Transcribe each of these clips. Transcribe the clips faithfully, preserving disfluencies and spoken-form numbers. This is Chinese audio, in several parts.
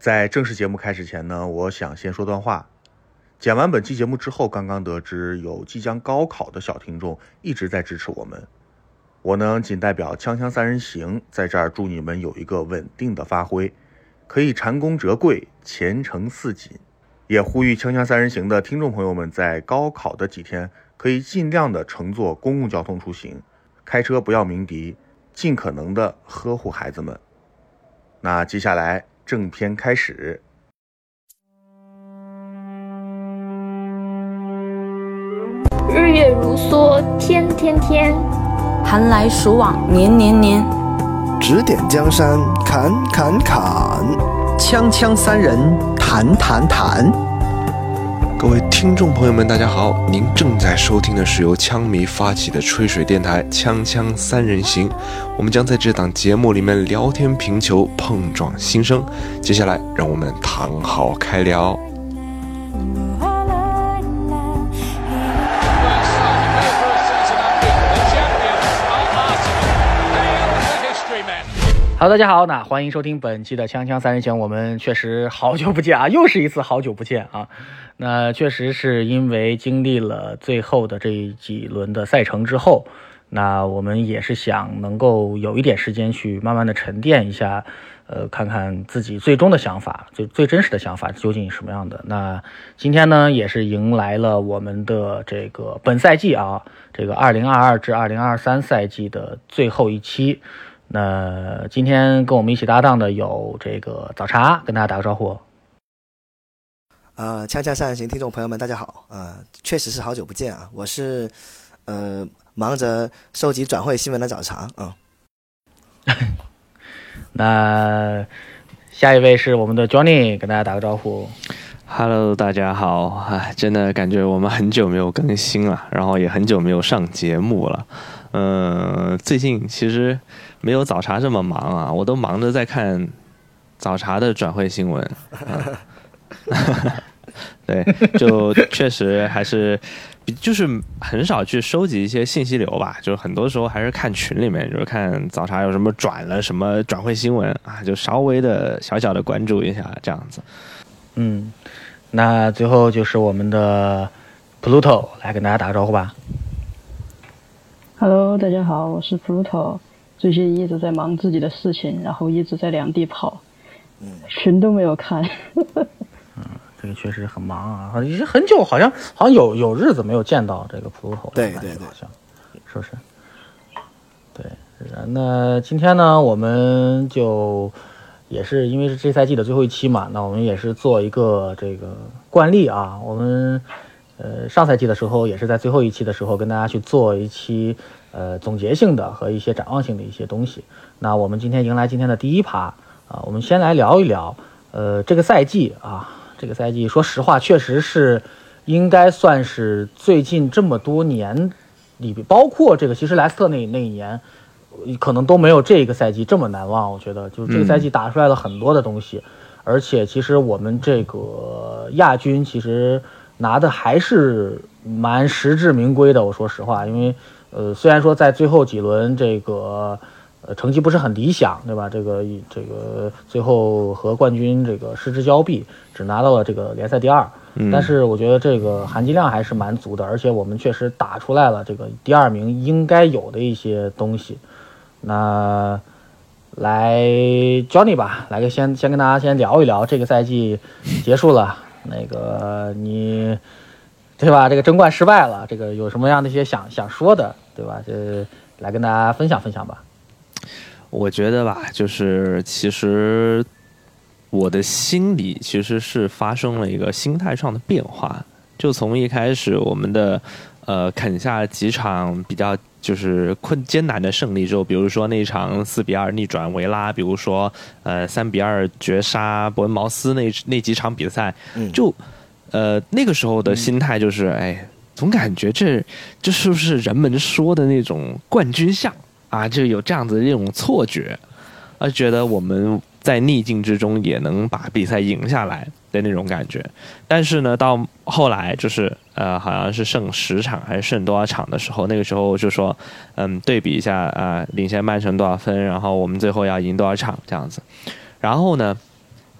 在正式节目开始前呢，我想先说段话。剪完本期节目之后，刚刚得知有即将高考的小听众一直在支持我们。我呢，仅代表锵锵三人行在这儿祝你们有一个稳定的发挥，可以蟾宫折桂，前程似锦。也呼吁锵锵三人行的听众朋友们，在高考的几天，可以尽量的乘坐公共交通出行，开车不要鸣笛，尽可能的呵护孩子们。那接下来正片开始。 日月如梭，天天天； 寒来暑往，年年年。 指点江山，砍砍砍； 锵锵三人，谈谈谈。 各位听众朋友们，大家好，您正在收听的是由枪迷发起的吹水电台《锵锵三人行》，我们将在这档节目里面聊天评球，碰撞心声。接下来，让我们躺好开聊。 好，大家好，那欢迎收听本期的锵锵三人行。我们确实好久不见啊，又是一次好久不见啊。那确实是因为经历了最后的这几轮的赛程之后，那我们也是想能够有一点时间去慢慢的沉淀一下，呃，看看自己最终的想法，最最真实的想法究竟是什么样的。那今天呢，也是迎来了我们的这个本赛季啊，这个二零二二至二零二三赛季的最后一期。那今天跟我们一起搭档的有这个早茶，跟大家打个招呼。 呃，锵锵三人行听众朋友们，大家好。呃，确实是好久不见啊，我是呃忙着收集转会新闻的早茶啊。 那下一位是我们的 Johnny， 跟大家打个招呼。 Hello， 大家好，哎，真的感觉我们很久没有更新了，然后也很久没有上节目了。嗯、呃，最近其实没有早茶这么忙啊，我都忙着在看早茶的转会新闻。嗯、对，就确实还是就是很少去收集一些信息流吧，就很多时候还是看群里面，就是看早茶有什么转了什么转会新闻啊，就稍微的小小的关注一下这样子。 嗯，那最后就是我们的 Pluto 来跟大家打个招呼吧。 Hello， 大家好，我是 Pluto。最近一直在忙自己的事情，然后一直在两地跑，群都没有看。 嗯，这个确实很忙啊，已经很久，好像好像有有日子没有见到这个 Pluto。 对对对， 好像是不是？对，那今天呢，我们就也是因为是这赛季的最后一期嘛，那我们也是做一个这个惯例啊，我们。呃，上赛季的时候也是在最后一期的时候跟大家去做一期呃总结性的和一些展望性的一些东西。那我们今天迎来今天的第一趴啊，我们先来聊一聊呃这个赛季啊，这个赛季说实话确实是应该算是最近这么多年里边，包括这个其实莱斯特那那一年可能都没有这个赛季这么难忘。我觉得就是这个赛季打出来了很多的东西，嗯、而且其实我们这个亚军其实拿的还是蛮实至名归的，我说实话，因为呃虽然说在最后几轮这个呃成绩不是很理想，对吧？这个这个最后和冠军这个失之交臂，只拿到了这个联赛第二，嗯、但是我觉得这个含金量还是蛮足的，而且我们确实打出来了这个第二名应该有的一些东西。那来 Johnny 吧，来个先先跟大家先聊一聊这个赛季结束了。那个你对吧，这个争冠失败了，这个有什么样的一些想想说的，对吧？这来跟大家分享分享吧。 我觉得吧，就是其实我的心里其实是发生了一个心态上的变化，就从一开始我们的呃啃下几场比较就是困艰难的胜利之后，比如说那场四比二逆转维拉，比如说呃三比二绝杀伯恩茅斯那那几场比赛，就呃那个时候的心态就是，哎，总感觉这这是不是人们说的那种冠军相啊？就有这样子的一种错觉，啊，觉得我们在逆境之中也能把比赛赢下来的那种感觉。但是呢，到后来就是呃，好像是剩十场还是剩多少场的时候，那个时候就说，嗯，对比一下啊、呃，领先曼城多少分，然后我们最后要赢多少场这样子。然后呢，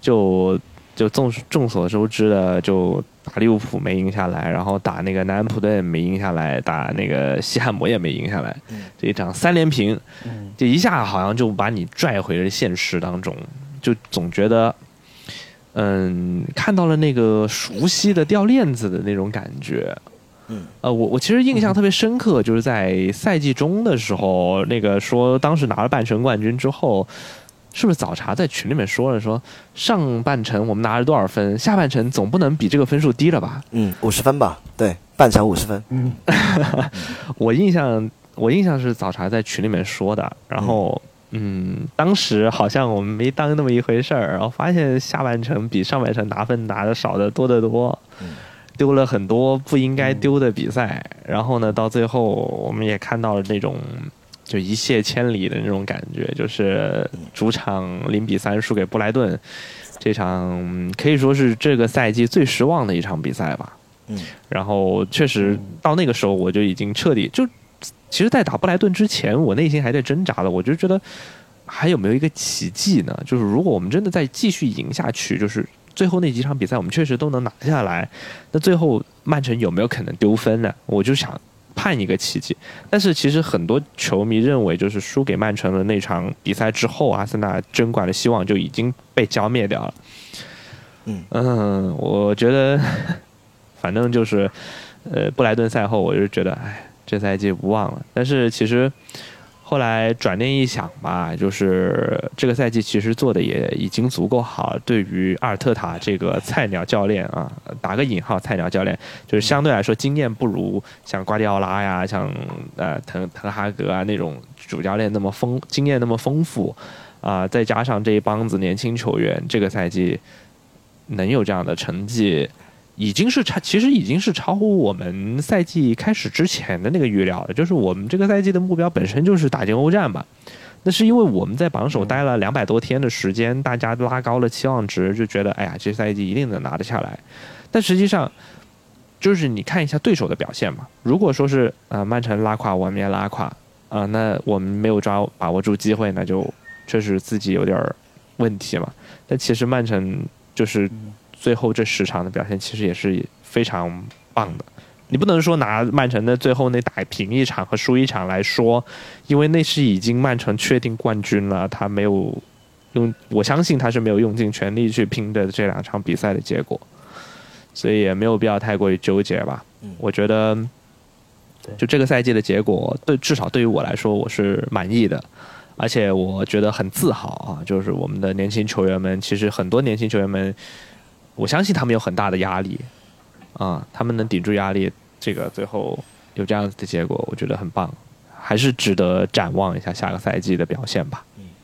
就就众众所周知的，就打利物浦没赢下来，然后打那个南安普顿没赢下来，打那个西汉姆也没赢下来，这一场三连平，就一下好像就把你拽回了现实当中，就总觉得，嗯，看到了那个熟悉的掉链子的那种感觉。嗯，呃，我我其实印象特别深刻，就是在赛季中的时候，那个说当时拿了半程冠军之后，是不是早茶在群里面说了，说上半程我们拿了多少分，下半程总不能比这个分数低了吧？ 嗯，五十分吧，对，半程五十分。嗯， 我印象我印象是早茶在群里面说的，然后嗯，当时好像我们没当那么一回事儿，然后发现下半程比上半程拿分拿的少的多得多。嗯，丢了很多不应该丢的比赛，然后呢，到最后我们也看到了那种就一泻千里的那种感觉，就是主场零比三输给布莱顿，这场可以说是这个赛季最失望的一场比赛吧。嗯，然后确实到那个时候我就已经彻底就，其实，在打布莱顿之前，我内心还在挣扎了，我就觉得还有没有一个奇迹呢？就是如果我们真的再继续赢下去，就是最后那几场比赛我们确实都能拿下来，那最后曼城有没有可能丢分呢？我就想盼一个奇迹。但是其实很多球迷认为，就是输给曼城的那场比赛之后，阿森纳争冠的希望就已经被浇灭掉了。嗯嗯，我觉得反正就是呃布莱顿赛后，我就觉得哎，这赛季无望了。但是其实后来转念一想吧，就是这个赛季其实做的也已经足够好，对于阿尔特塔这个菜鸟教练啊，打个引号菜鸟教练，就是相对来说经验不如像瓜迪奥拉呀、像呃滕滕哈格啊那种主教练那么丰经验那么丰富啊、呃，再加上这一帮子年轻球员，这个赛季能有这样的成绩，已经是超，其实已经是超乎我们赛季开始之前的那个预料了。就是我们这个赛季的目标本身就是打进欧战嘛，那是因为我们在榜首待了两百多天的时间，大家拉高了期望值，就觉得哎呀，这赛季一定能拿得下来。但实际上，就是你看一下对手的表现嘛。如果说是啊、呃、曼城拉垮我们也拉垮啊、呃，那我们没有抓把握住机会，那就确实自己有点问题嘛。但其实曼城就是最后这十场的表现其实也是非常棒的，你不能说拿曼城的最后那打平一场和输一场来说，因为那是已经曼城确定冠军了，他没有用，我相信他是没有用尽全力去拼的这两场比赛的结果，所以也没有必要太过于纠结吧。我觉得就这个赛季的结果，对至少对于我来说我是满意的。而且我觉得很自豪啊，就是我们的年轻球员们，其实很多年轻球员们，我相信他们有很大的压力啊，他们能顶住压力，这个最后有这样子的结果，我觉得很棒，还是值得展望一下下个赛季的表现吧。 嗯，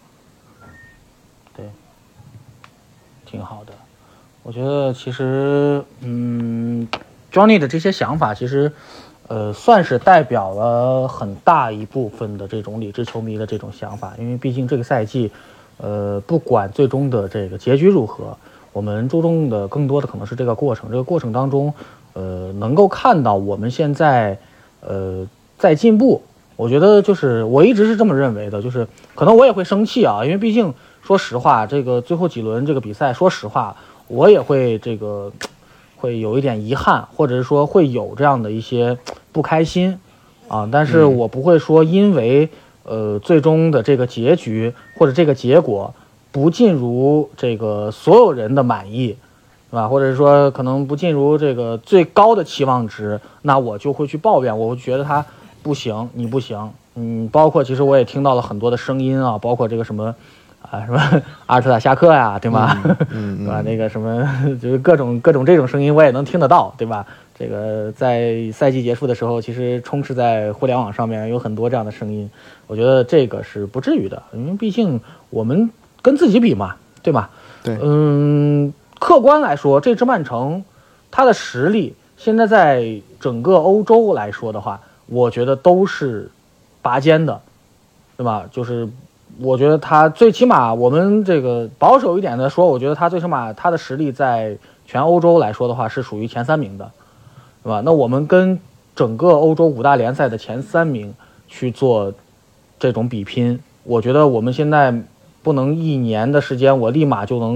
对，挺好的。我觉得其实，嗯 ，Johnny 的这些想法，其实。呃，算是代表了很大一部分的这种理智球迷的这种想法，因为毕竟这个赛季，呃，不管最终的这个结局如何，我们注重的更多的可能是这个过程。这个过程当中，呃，能够看到我们现在，呃，在进步。我觉得就是我一直是这么认为的，就是可能我也会生气啊，因为毕竟说实话，这个最后几轮这个比赛，说实话，我也会这个。会有一点遗憾，或者是说会有这样的一些不开心啊，但是我不会说因为呃最终的这个结局或者这个结果不尽如这个所有人的满意，是吧？或者是说可能不尽如这个最高的期望值，那我就会去抱怨，我会觉得他不行，你不行，嗯，包括其实我也听到了很多的声音啊，包括这个什么。啊，什么阿尔特塔下课呀，对吧？嗯，对吧？那个什么，就是各种各种这种声音，我也能听得到，对吧？这个在赛季结束的时候，其实充斥在互联网上面有很多这样的声音。我觉得这个是不至于的，因为毕竟我们跟自己比嘛，对吧？ 对， 嗯，客观来说，这支曼城它的实力现在在整个欧洲来说的话，我觉得都是拔尖的，对吧？就是。我觉得他最起码，我们这个保守一点的说，我觉得他最起码他的实力在全欧洲来说的话是属于前三名的，对吧？那我们跟整个欧洲五大联赛的前三名去做这种比拼，我觉得我们现在不能一年的时间我立马就能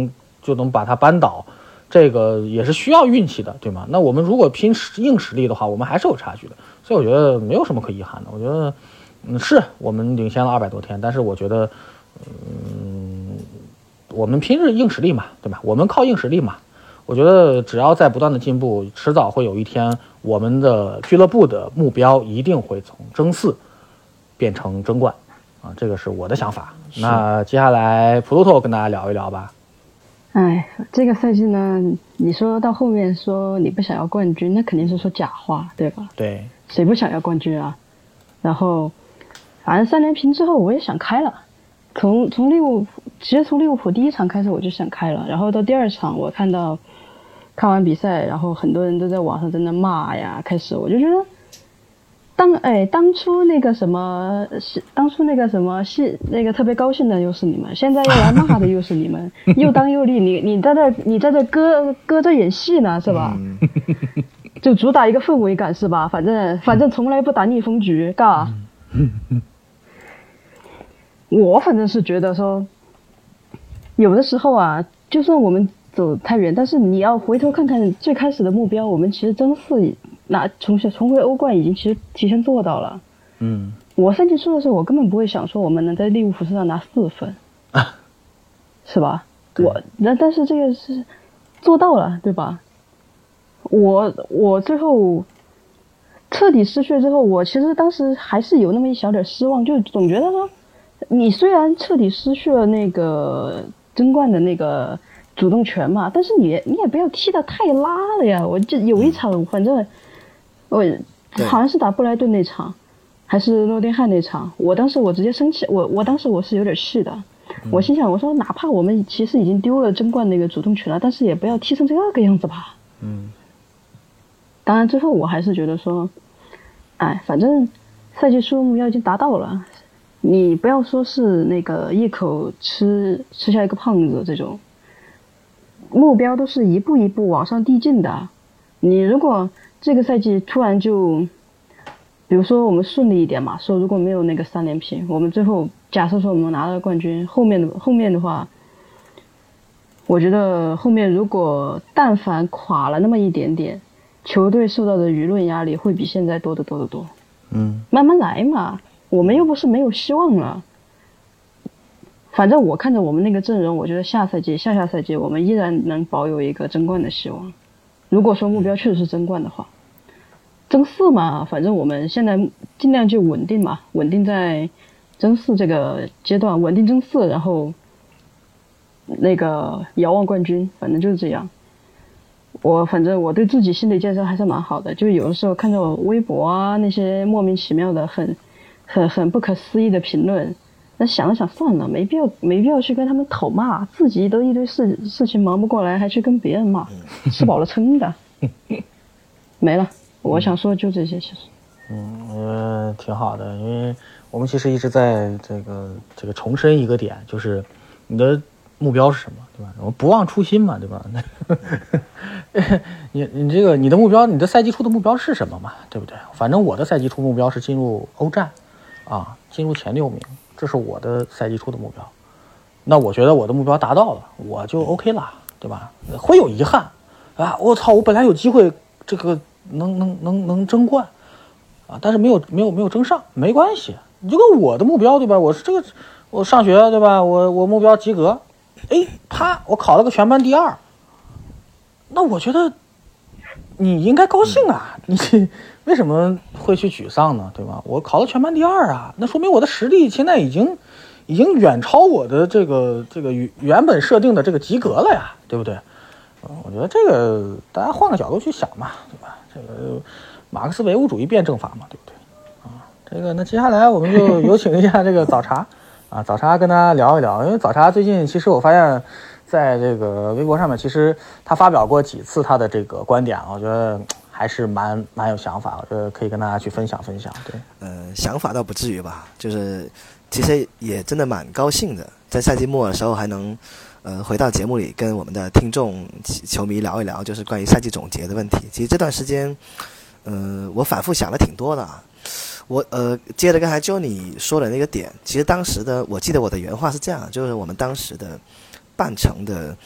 就能把它扳倒，这个也是需要运气的，对吗？那我们如果拼硬实力的话，我们还是有差距的，所以我觉得没有什么可遗憾的。我觉得，嗯，是我们领先了二百多天，但是我觉得，嗯，我们拼是硬实力嘛，对吧？我们靠硬实力嘛。我觉得只要在不断的进步，迟早会有一天，我们的俱乐部的目标一定会从争四变成争冠，啊，这个是我的想法。那接下来普鲁托跟大家聊一聊吧。 哎，这个赛季呢，你说到后面说你不想要冠军，那肯定是说假话，对吧？ 对， 谁不想要冠军啊？然后，反正三连平之后，我也想开了。从从利物浦，其实从利物浦第一场开始我就想开了，然后到第二场我看到。看完比赛，然后很多人都在网上在那骂呀，开始我就觉得，当哎当初那个什么，当初那个什么是那个特别高兴的又是你们，现在又来骂的又是你们，又当又立，你你在这你在这搁搁着演戏呢是吧？嗯、就主打一个氛围感是吧？反正反正从来不打逆风局，嘎。我反正是觉得说，有的时候啊，就算我们。走太远，但是你要回头看看最开始的目标，我们其实争四拿重重回欧冠已经其实提前做到了。 嗯， 我赛季初的时候，我根本不会想说我们能在利物浦身上拿四分，啊、是吧？我那但是这个是做到了，对吧？我我最后彻底失去之后，我其实当时还是有那么一小点失望，就总觉得说，你虽然彻底失去了那个争冠的那个。主动权嘛，但是你你也不要踢得太拉了呀！我就有一场，反正我好像是打布莱顿那场，还是诺丁汉那场，我当时我直接生气，我我当时我是有点气的，嗯、我心想我说哪怕我们其实已经丢了争冠那个主动权了，但是也不要踢成这个样子吧。 嗯。 当然最后我还是觉得说，哎，反正赛季初目标已经达到了，你不要说是那个一口吃吃下一个胖子这种。目标都是一步一步往上递进的，你如果这个赛季突然就，比如说我们顺利一点嘛，说如果没有那个三连平，我们最后假设说我们拿了冠军，后面的后面的话，我觉得后面如果但凡垮了那么一点点，球队受到的舆论压力会比现在多得多得多。 嗯， 慢慢来嘛，我们又不是没有希望了。反正我看着我们那个阵容，我觉得下赛季、下下赛季我们依然能保有一个争冠的希望。如果说目标确实是争冠的话，争四嘛，反正我们现在尽量就稳定嘛，稳定在争四这个阶段，稳定争四，然后那个遥望冠军，反正就是这样。我反正我对自己心理建设还是蛮好的，就有的时候看着我微博啊那些莫名其妙的、很、很、很不可思议的评论。那想了想，算了，没必要，没必要去跟他们讨骂，自己都一堆事事情忙不过来，还去跟别人骂，吃饱了撑的，没了。我想说就这些，其实， 嗯，呃，挺好的，因为我们其实一直在这个这个重申一个点，就是你的目标是什么，对吧？我们不忘初心嘛，对吧？你你这个你的目标，你的赛季初的目标是什么嘛，对不对？反正我的赛季初目标是进入欧战，啊，进入前六名。这是我的赛季初的目标，那我觉得我的目标达到了，我就 OK 了，对吧？会有遗憾啊！我操，我本来有机会这个能能能能争冠啊，但是没有没有没有争上，没关系，你就跟我的目标对吧？我是这个我上学对吧？我我目标及格，哎，啪，我考了个全班第二，那我觉得你应该高兴啊，你为什么会去沮丧呢？对吧？我考了全班第二啊，那说明我的实力现在已经已经远超我的这个这个原本设定的这个及格了呀，对不对？嗯，我觉得这个大家换个角度去想嘛，对吧？这个马克思唯物主义辩证法嘛，对不对？啊，这个那接下来我们就有请一下这个早茶啊，早茶跟大家聊一聊，因为早茶最近其实我发现。在这个微博上面，其实他发表过几次他的这个观点，我觉得还是蛮蛮有想法，我觉得可以跟大家去分享分享。对， 呃，想法倒不至于吧，就是其实也真的蛮高兴的，在赛季末的时候还能呃回到节目里跟我们的听众球迷聊一聊，就是关于赛季总结的问题。其实这段时间，呃，我反复想了挺多的啊。我呃接着刚才就你说的那个点，其实当时的我记得我的原话是这样，就是我们当时的。半程的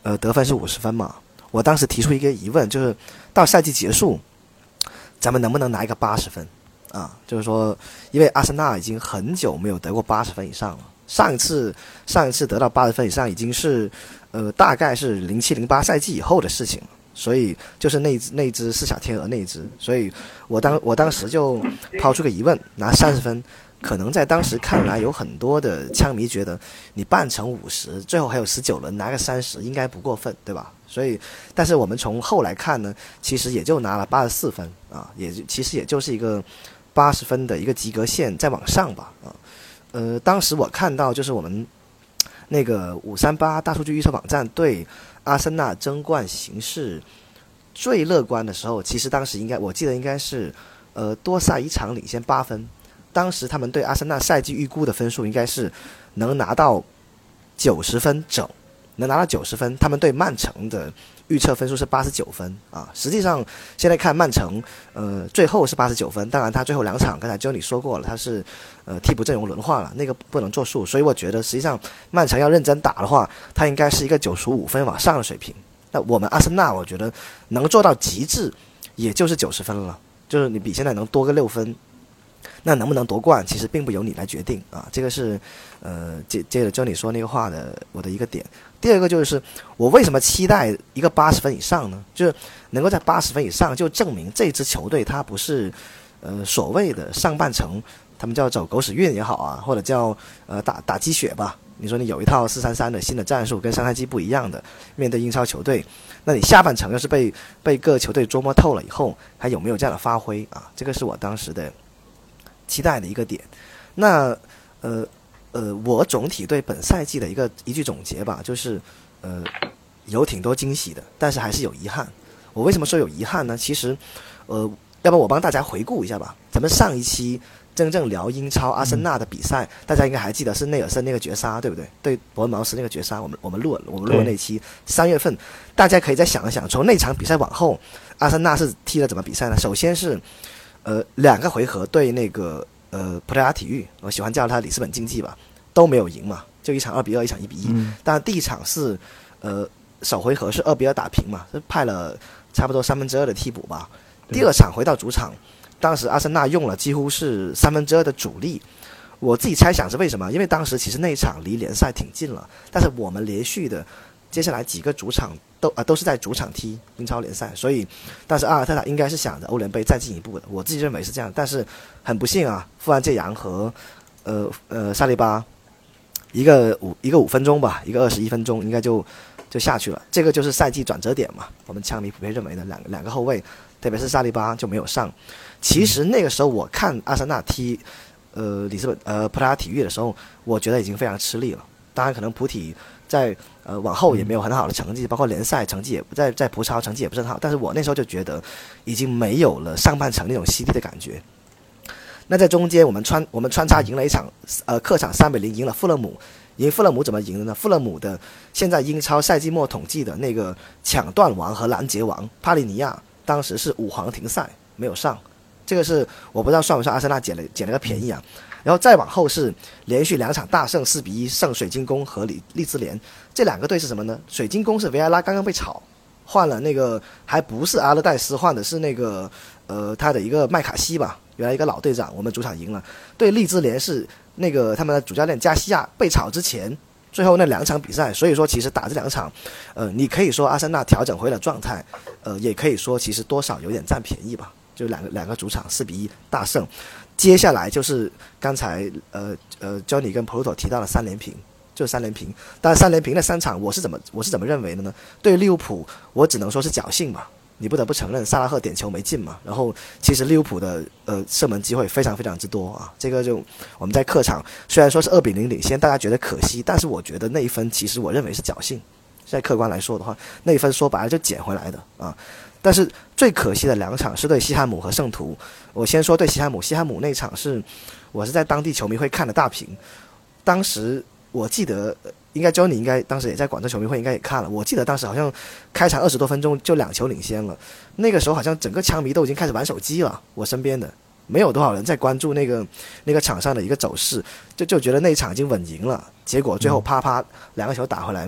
呃得分是五十分嘛。我当时提出一个疑问，就是到赛季结束，咱们能不能拿一个八十分啊？就是说，因为阿森纳已经很久没有得过八十分以上了，上一次上一次得到八十分以上已经是呃大概是零七零八赛季以后的事情了。所以就是那那只四小天鹅那一只，所以我当我当时就抛出个疑问，拿三十分。可能在当时看来，有很多的枪迷觉得你半程五十，最后还有十九轮拿个三十，应该不过分，对吧？所以，但是我们从后来看呢，其实也就拿了八十四分啊，也其实也就是一个八十分的一个及格线，再往上吧啊。呃，当时我看到就是我们那个五三八大数据预测网站对阿森纳争冠形势最乐观的时候，其实当时应该我记得应该是呃多赛一场领先八分。当时他们对阿森纳赛季预估的分数应该是能拿到九十分整，能拿到九十分。他们对曼城的预测分数是八十九分啊。实际上现在看曼城，呃，最后是八十九分。当然，他最后两场刚才就你说过了，他是呃替补阵容轮换了，那个不能作数。所以我觉得实际上曼城要认真打的话，他应该是一个九十五分往上的水平。那我们阿森纳，我觉得能做到极致，也就是九十分了，就是你比现在能多个六分。那能不能夺冠，其实并不由你来决定啊，这个是，呃，接接着就你说那个话的我的一个点。第二个就是我为什么期待一个八十分以上呢？就是能够在八十分以上，就证明这支球队它不是，呃，所谓的上半程他们叫走狗屎运也好啊，或者叫呃打打鸡血吧。你说你有一套四三三的新的战术，跟上赛季不一样的，面对英超球队，那你下半程要是被被各球队捉摸透了以后，还有没有这样的发挥啊？这个是我当时的期待的一个点。那呃呃，我总体对本赛季的一个一句总结吧，就是呃有挺多惊喜的，但是还是有遗憾。我为什么说有遗憾呢？其实呃，要不我帮大家回顾一下吧。咱们上一期真正聊英超阿森纳的比赛，嗯、大家应该还记得是内尔森那个绝杀，对不对？对伯恩茅斯那个绝杀，我们我们录我们录那期三月份，大家可以再想一想，从那场比赛往后，阿森纳是踢了怎么比赛呢？首先是呃两个回合对那个呃葡萄牙体育，我喜欢叫它里斯本竞技吧，都没有赢嘛，就一场二比二，一场一比一。嗯、当然第一场是呃首回合是二比二打平嘛，是派了差不多三分之二的替补吧。第二场回到主场，当时阿森纳用了几乎是三分之二的主力。我自己猜想是为什么？因为当时其实那一场离联赛挺近了，但是我们连续的接下来几个主场都啊、呃、都是在主场踢英超联赛，所以当时阿尔特塔应该是想着欧联杯再进一步的，我自己认为是这样。但是很不幸啊，富安健洋和呃呃萨利巴一个五一个五分钟吧，一个二十一分钟应该就就下去了。这个就是赛季转折点嘛，我们枪迷普遍认为的两个两个后卫，特别是萨利巴就没有上。其实那个时候我看阿森纳踢呃里斯本呃葡萄牙体育的时候，我觉得已经非常吃力了。当然可能葡体在呃往后也没有很好的成绩，包括联赛成绩也不在在葡超成绩也不是很好，但是我那时候就觉得已经没有了上半程那种犀利的感觉。那在中间我们穿我们穿插赢了一场呃客场三比零赢了富勒姆。赢富勒姆怎么赢的呢？富勒姆的现在英超赛季末统计的那个抢断王和拦截王帕利尼亚，当时是五黄停赛没有上，这个是我不知道算不算阿森纳捡了捡了个便宜啊。然后再往后是连续两场大胜，四比一胜水晶宫和利利兹联。这两个队是什么呢？水晶宫是维埃拉刚刚被炒，换了那个还不是阿勒代斯，换的是那个呃他的一个麦卡锡吧，原来一个老队长。我们主场赢了。对利兹联是那个他们的主教练加西亚被炒之前最后那两场比赛，所以说其实打这两场，呃，你可以说阿森纳调整回了状态，呃，也可以说其实多少有点占便宜吧。就两个两个主场四比一大胜。接下来就是刚才呃呃 Johnny 跟 Pluto 提到了三连平，就是三连平。但是三连平那三场我是怎么我是怎么认为的呢？对利物浦我只能说是侥幸吧，你不得不承认萨拉赫点球没进嘛。然后其实利物浦的呃射门机会非常非常之多啊，这个就我们在客场虽然说是二比零领先，大家觉得可惜，但是我觉得那一分其实我认为是侥幸。在客观来说的话，那一分说白了就捡回来的啊。但是最可惜的两场是对西汉姆和圣徒。我先说对西汉姆，西汉姆那场是我是在当地球迷会看的大屏，当时我记得应该 Johnny 应该当时也在广州球迷会应该也看了，我记得当时好像开场二十多分钟就两球领先了，那个时候好像整个枪迷都已经开始玩手机了，我身边的没有多少人在关注那个那个场上的一个走势，就就觉得那一场已经稳赢了，结果最后啪啪两个球打回来，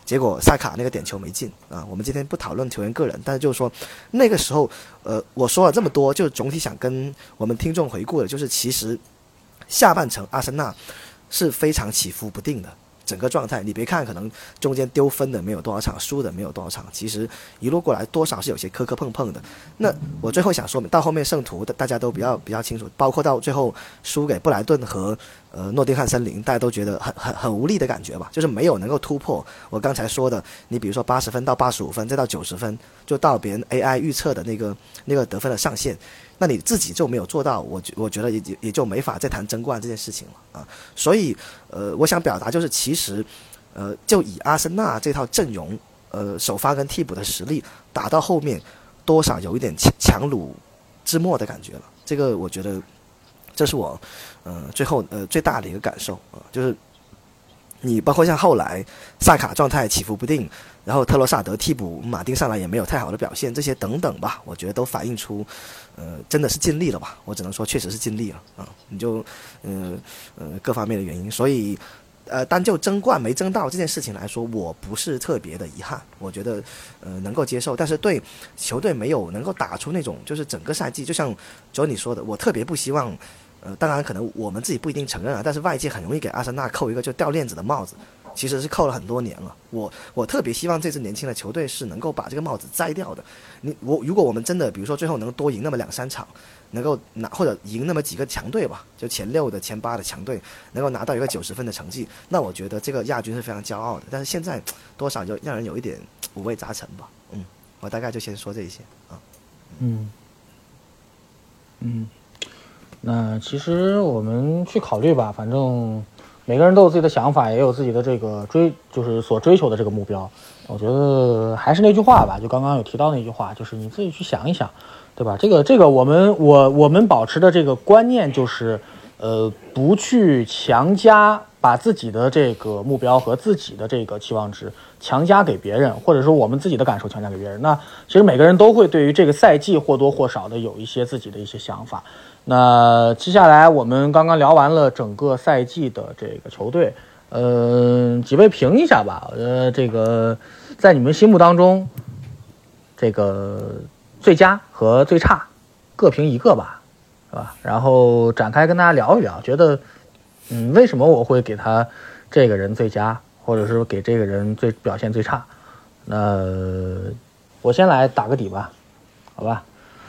结果萨卡那个点球没进啊。我们今天不讨论球员个人，但是就是说那个时候，呃，我说了这么多，就是总体想跟我们听众回顾的，就是其实下半程阿森纳是非常起伏不定的。整个状态，你别看可能中间丢分的没有多少场，输的没有多少场，其实一路过来多少是有些磕磕碰碰的。那我最后想说明，到后面圣徒大家都比较比较清楚，包括到最后输给布莱顿和呃诺丁汉森林，大家都觉得很很很无力的感觉吧，就是没有能够突破我刚才说的，你比如说八十分到八十五分，再到九十分，就到别人 A I 预测的那个那个得分的上限。那你自己就没有做到，我我觉得也也就没法再谈争冠这件事情了啊。所以，呃，我想表达就是，其实，呃，就以阿森纳这套阵容，呃，首发跟替补的实力，打到后面，多少有一点强强弩之末的感觉了。这个我觉得，这是我，呃，最后呃最大的一个感受啊、呃，就是你包括像后来萨卡状态起伏不定。然后特罗萨德替补马丁上来也没有太好的表现，这些等等吧，我觉得都反映出，呃，真的是尽力了吧？我只能说确实是尽力了啊！你就，呃呃各方面的原因，所以，呃，单就争冠没争到这件事情来说，我不是特别的遗憾，我觉得，呃，能够接受。但是对球队没有能够打出那种，就是整个赛季，就像就你说的，我特别不希望，呃，当然可能我们自己不一定承认啊，但是外界很容易给阿森纳扣一个就掉链子的帽子。其实是扣了很多年了，我我特别希望这支年轻的球队是能够把这个帽子摘掉的。你我如果我们真的比如说最后能多赢那么两三场，能够拿或者赢那么几个强队吧，就前六的前八的强队能够拿到一个九十分的成绩，那我觉得这个亚军是非常骄傲的。但是现在多少就让人有一点五味杂陈吧。嗯，我大概就先说这一些啊。 嗯嗯，那其实我们去考虑吧，反正。每个人都有自己的想法，也有自己的这个追，就是所追求的这个目标。我觉得还是那句话吧，就刚刚有提到那句话，就是你自己去想一想，对吧？这个这个我们我我们保持的这个观念就是，呃，不去强加把自己的这个目标和自己的这个期望值强加给别人，或者说我们自己的感受强加给别人。那其实每个人都会对于这个赛季或多或少的有一些自己的一些想法。那接下来我们刚刚聊完了整个赛季的这个球队，呃，几位评一下吧。呃，这个在你们心目当中，这个最佳和最差各评一个吧，是吧？然后展开跟大家聊一聊，觉得嗯，为什么我会给他这个人最佳，或者是给这个人最表现最差？那我先来打个底吧，好吧？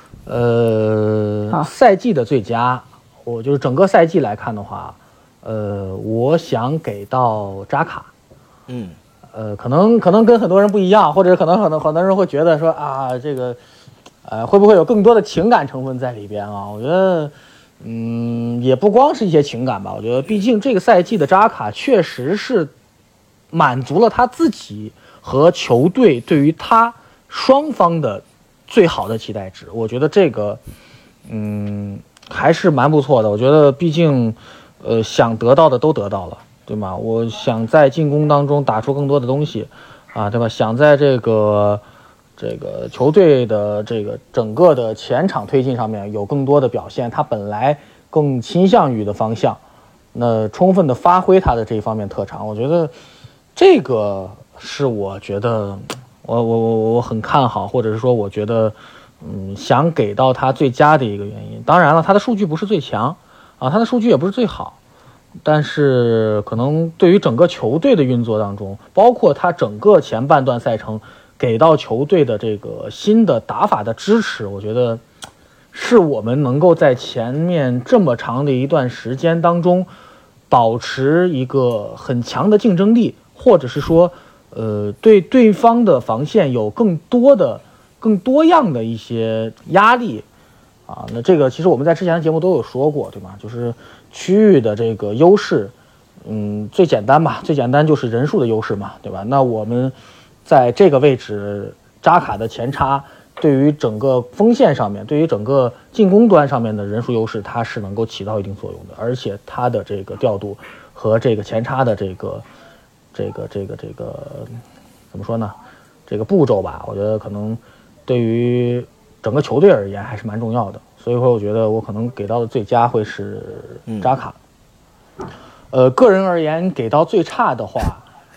呃，赛季的最佳，我就是整个赛季来看的话，呃，我想给到扎卡。 嗯， 呃，可能可能跟很多人不一样，或者可能很多很多人会觉得说啊，这个，呃，会不会有更多的情感成分在里边啊？我觉得，嗯，也不光是一些情感吧。我觉得，毕竟这个赛季的扎卡确实是满足了他自己和球队对于他双方的最好的期待值。我觉得这个，嗯，还是蛮不错的。我觉得，毕竟，呃，想得到的都得到了。对吗？我想在进攻当中打出更多的东西，啊，对吧？想在这个这个球队的这个整个的前场推进上面有更多的表现，他本来更倾向于的方向，那充分的发挥他的这一方面特长，我觉得这个是我觉得我我我我很看好，或者是说我觉得嗯想给到他最佳的一个原因。当然了，他的数据不是最强啊，他的数据也不是最好。但是可能对于整个球队的运作当中，包括他整个前半段赛程给到球队的这个新的打法的支持，我觉得是我们能够在前面这么长的一段时间当中保持一个很强的竞争力，或者是说呃对对方的防线有更多的更多样的一些压力啊。那这个其实我们在之前的节目都有说过，对吗？就是区域的这个优势，嗯，最简单嘛，最简单就是人数的优势嘛，对吧？那我们在这个位置，扎卡的前插对于整个锋线上面，对于整个进攻端上面的人数优势，它是能够起到一定作用的，而且它的这个调度和这个前插的这个这个这个这个怎么说呢？这个步骤吧，我觉得可能对于整个球队而言还是蛮重要的。所以说我觉得我可能给到的最佳会是扎卡。嗯、呃，个人而言给到最差的话，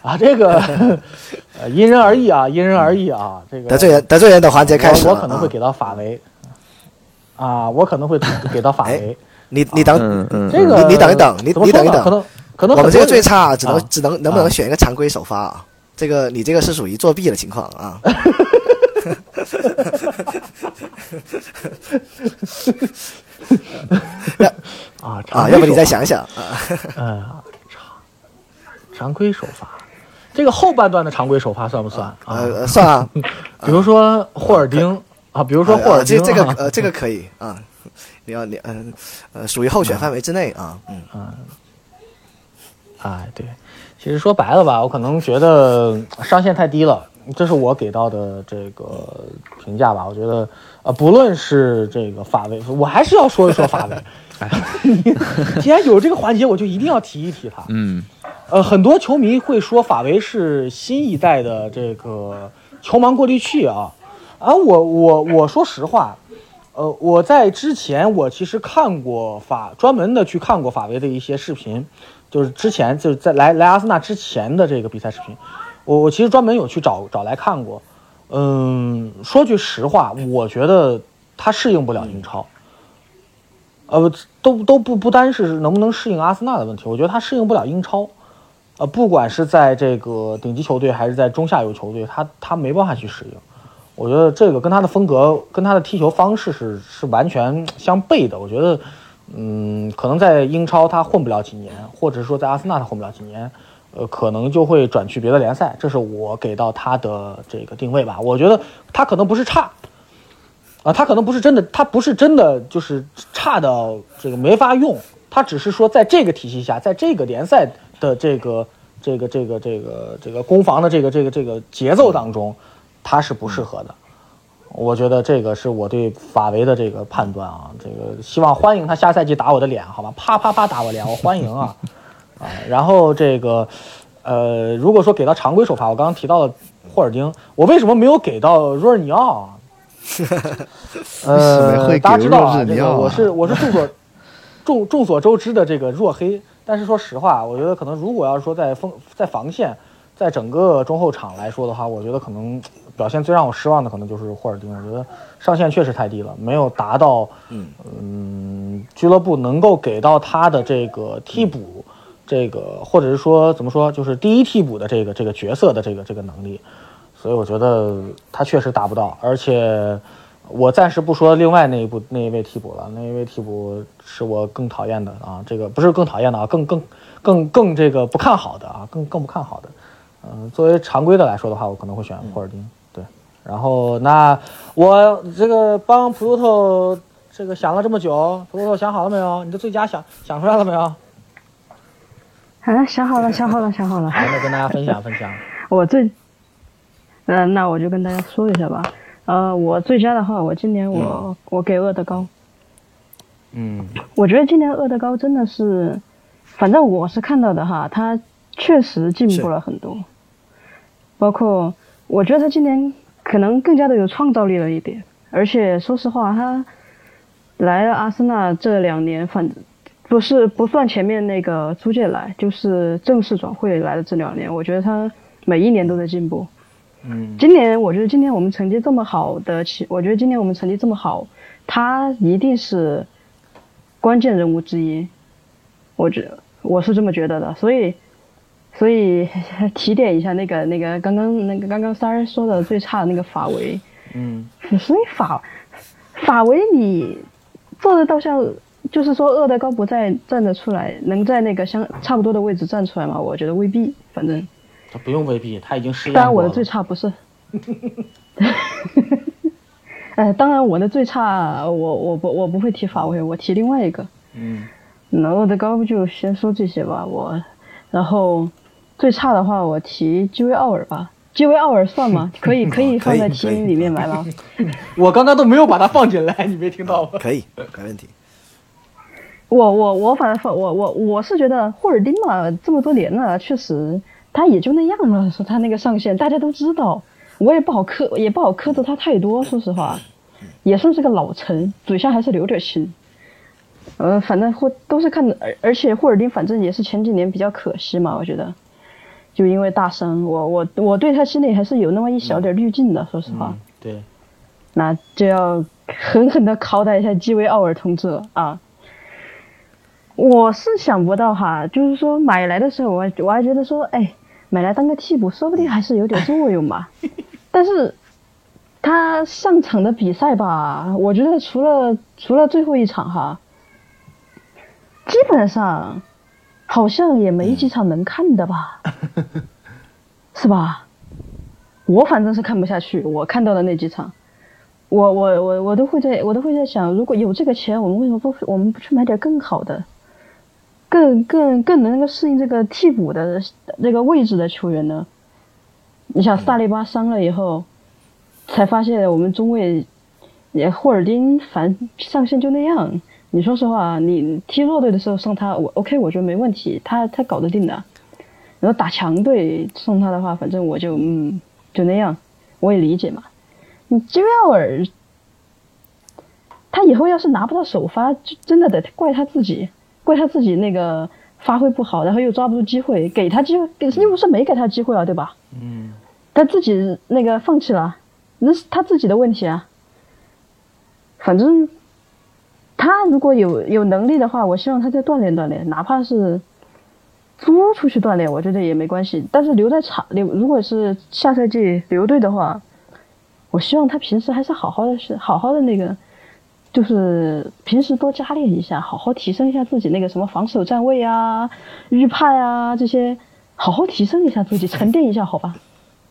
啊，这个呃因人而异啊，因人而异啊。这个得罪人得罪人的环节开始了。 我, 我可能会给到法维啊，我可能会给到法维。 你你等， 嗯嗯， 这个你等一等，你你等一等， 可能可能我们这个最差只能、 啊、 只能能不能选一个常规首发啊？这个你这个是属于作弊的情况啊。 啊啊，要不你再想想啊。 嗯，常常规首发，这个后半段的常规首发算不算？ 啊、呃，算啊。 比如说霍尔丁啊，比如说霍尔丁， 啊、这这个呃这个可以啊。你要你嗯 呃, 呃属于候选范围之内啊。嗯嗯。哎，对，其实说白了吧，我可能觉得上限太低了。这是我给到的这个评价吧，我觉得，呃，不论是这个法维，我还是要说一说法维。既然有这个环节，我就一定要提一提他。 嗯， 呃，很多球迷会说法维是新一代的这个球盲过滤器啊，啊，我我我说实话，呃，我在之前我其实看过法专门的去看过法维的一些视频，就是之前就是在来来阿森纳之前的这个比赛视频。我我其实专门有去找找来看过，嗯，说句实话，我觉得他适应不了英超，呃，都都不不单是能不能适应阿森纳的问题，我觉得他适应不了英超，呃，不管是在这个顶级球队还是在中下游球队，他他没办法去适应，我觉得这个跟他的风格跟他的踢球方式是是完全相悖的，我觉得，嗯，可能在英超他混不了几年，或者说在阿森纳他混不了几年。呃，可能就会转去别的联赛，这是我给到他的这个定位吧。我觉得他可能不是差，啊、呃，他可能不是真的，他不是真的就是差到这个没法用，他只是说在这个体系下，在这个联赛的这个这个这个这个这个攻防的这个这个这个节奏当中，他是不适合的。我觉得这个是我对法维的这个判断啊，这个希望欢迎他下赛季打我的脸，好吧？啪啪啪打我脸，我欢迎啊。啊，然后这个，呃，如果说给到常规首发，我刚刚提到了霍尔丁，我为什么没有给到若日尼奥啊？呃，大家知道啊，这个我是我是众所众众所周知的这个若黑，但是说实话，我觉得可能如果要是说在锋在防线，在整个中后场来说的话，我觉得可能表现最让我失望的可能就是霍尔丁，我觉得上限确实太低了，没有达到嗯嗯俱乐部能够给到他的这个替补。嗯这个或者是说怎么说，就是第一替补的这个这个角色的这个这个能力，所以我觉得他确实达不到。而且我暂时不说另外那一部那一位替补了，那一位替补是我更讨厌的啊，这个不是更讨厌的啊，更更更更这个不看好的啊，更更不看好的。嗯、呃，作为常规的来说的话，我可能会选霍尔丁。对，然后那我这个帮葡萄头这个想了这么久，葡萄头想好了没有？你的最佳想想出来了没有？ 啊，想好了，想好了，想好了。 那跟大家分享分享。 我最，嗯、呃，那我就跟大家说一下吧。呃，我最佳的话，我今年我、嗯、我给厄德高。 嗯。 我觉得今年厄德高真的是，反正我是看到的哈，他确实进步了很多。包括我觉得他今年可能更加的有创造力了一点，而且说实话，他来了阿森纳这两年，反正。不是不算前面那个租借来，就是正式转会来的这两年，我觉得他每一年都在进步。 嗯， 今年我觉得今年我们成绩这么好的，我觉得今年我们成绩这么好，他一定是关键人物之一。我觉得我是这么觉得的，所以所以提点一下那个那个刚刚那个刚刚三儿说的最差的那个法维。 嗯， 所以法法维你做得到像。就是说，厄德高不再站得出来，能在那个相差不多的位置站出来吗？我觉得未必，反正他不用未必，他已经试验过了。 当然，我的最差不是。呃，当然我的最差，我我不我不会提法维，我提另外一个。 嗯。 那厄德高就先说这些吧，我，然后最差的话，我提基维奥尔吧。基维奥尔算吗？可以可以放在提名里面来吗？ 我刚刚都没有把它放进来，你没听到吗？ 可以，没问题。 我我我反正我我我是觉得霍尔丁嘛，这么多年了，确实他也就那样了。说他那个上限，大家都知道，我也不好苛也不好苛责他太多。说实话，也算是个老臣，嘴上还是留点心。呃，反正霍都是看，而而且霍尔丁反正也是前几年比较可惜嘛，我觉得就因为大伤，我我我对他心里还是有那么一小点滤镜的，说实话。 嗯、对， 那就要狠狠的拷打一下基维奥尔同志了啊！我是想不到哈，就是说买来的时候我我还觉得说，哎，买来当个替补，说不定还是有点作用吧。但是他上场的比赛吧，我觉得除了除了最后一场哈，基本上好像也没几场能看的吧，是吧？我反正是看不下去，我看到的那几场。我我我我都会在我都会在想，如果有这个钱，我们为什么不我们不去买点更好的，更更更能够适应这个替补的这个位置的球员呢？你想萨利巴伤了以后，才发现我们中卫也霍尔丁反上线就那样。你说实话，你踢弱队的时候送他，我 OK， 我觉得没问题，他他搞得定的。然后打强队送他的话，反正我就嗯就那样，我也理解嘛。你基维奥尔，他以后要是拿不到首发，就真的得怪他自己，怪他自己那个发挥不好，然后又抓不住机会，给他机会，又不是没给他机会啊，对吧？ 嗯， 他自己那个放弃了，那是他自己的问题啊。反正他如果有有能力的话，我希望他再锻炼锻炼，哪怕是租出去锻炼，我觉得也没关系。但是留在场留，如果是下赛季留队的话，我希望他平时还是好好的是好好的那个，就是平时多加练一下，好好提升一下自己那个什么防守站位啊、预判啊这些，好好提升一下自己，沉淀一下，好吧？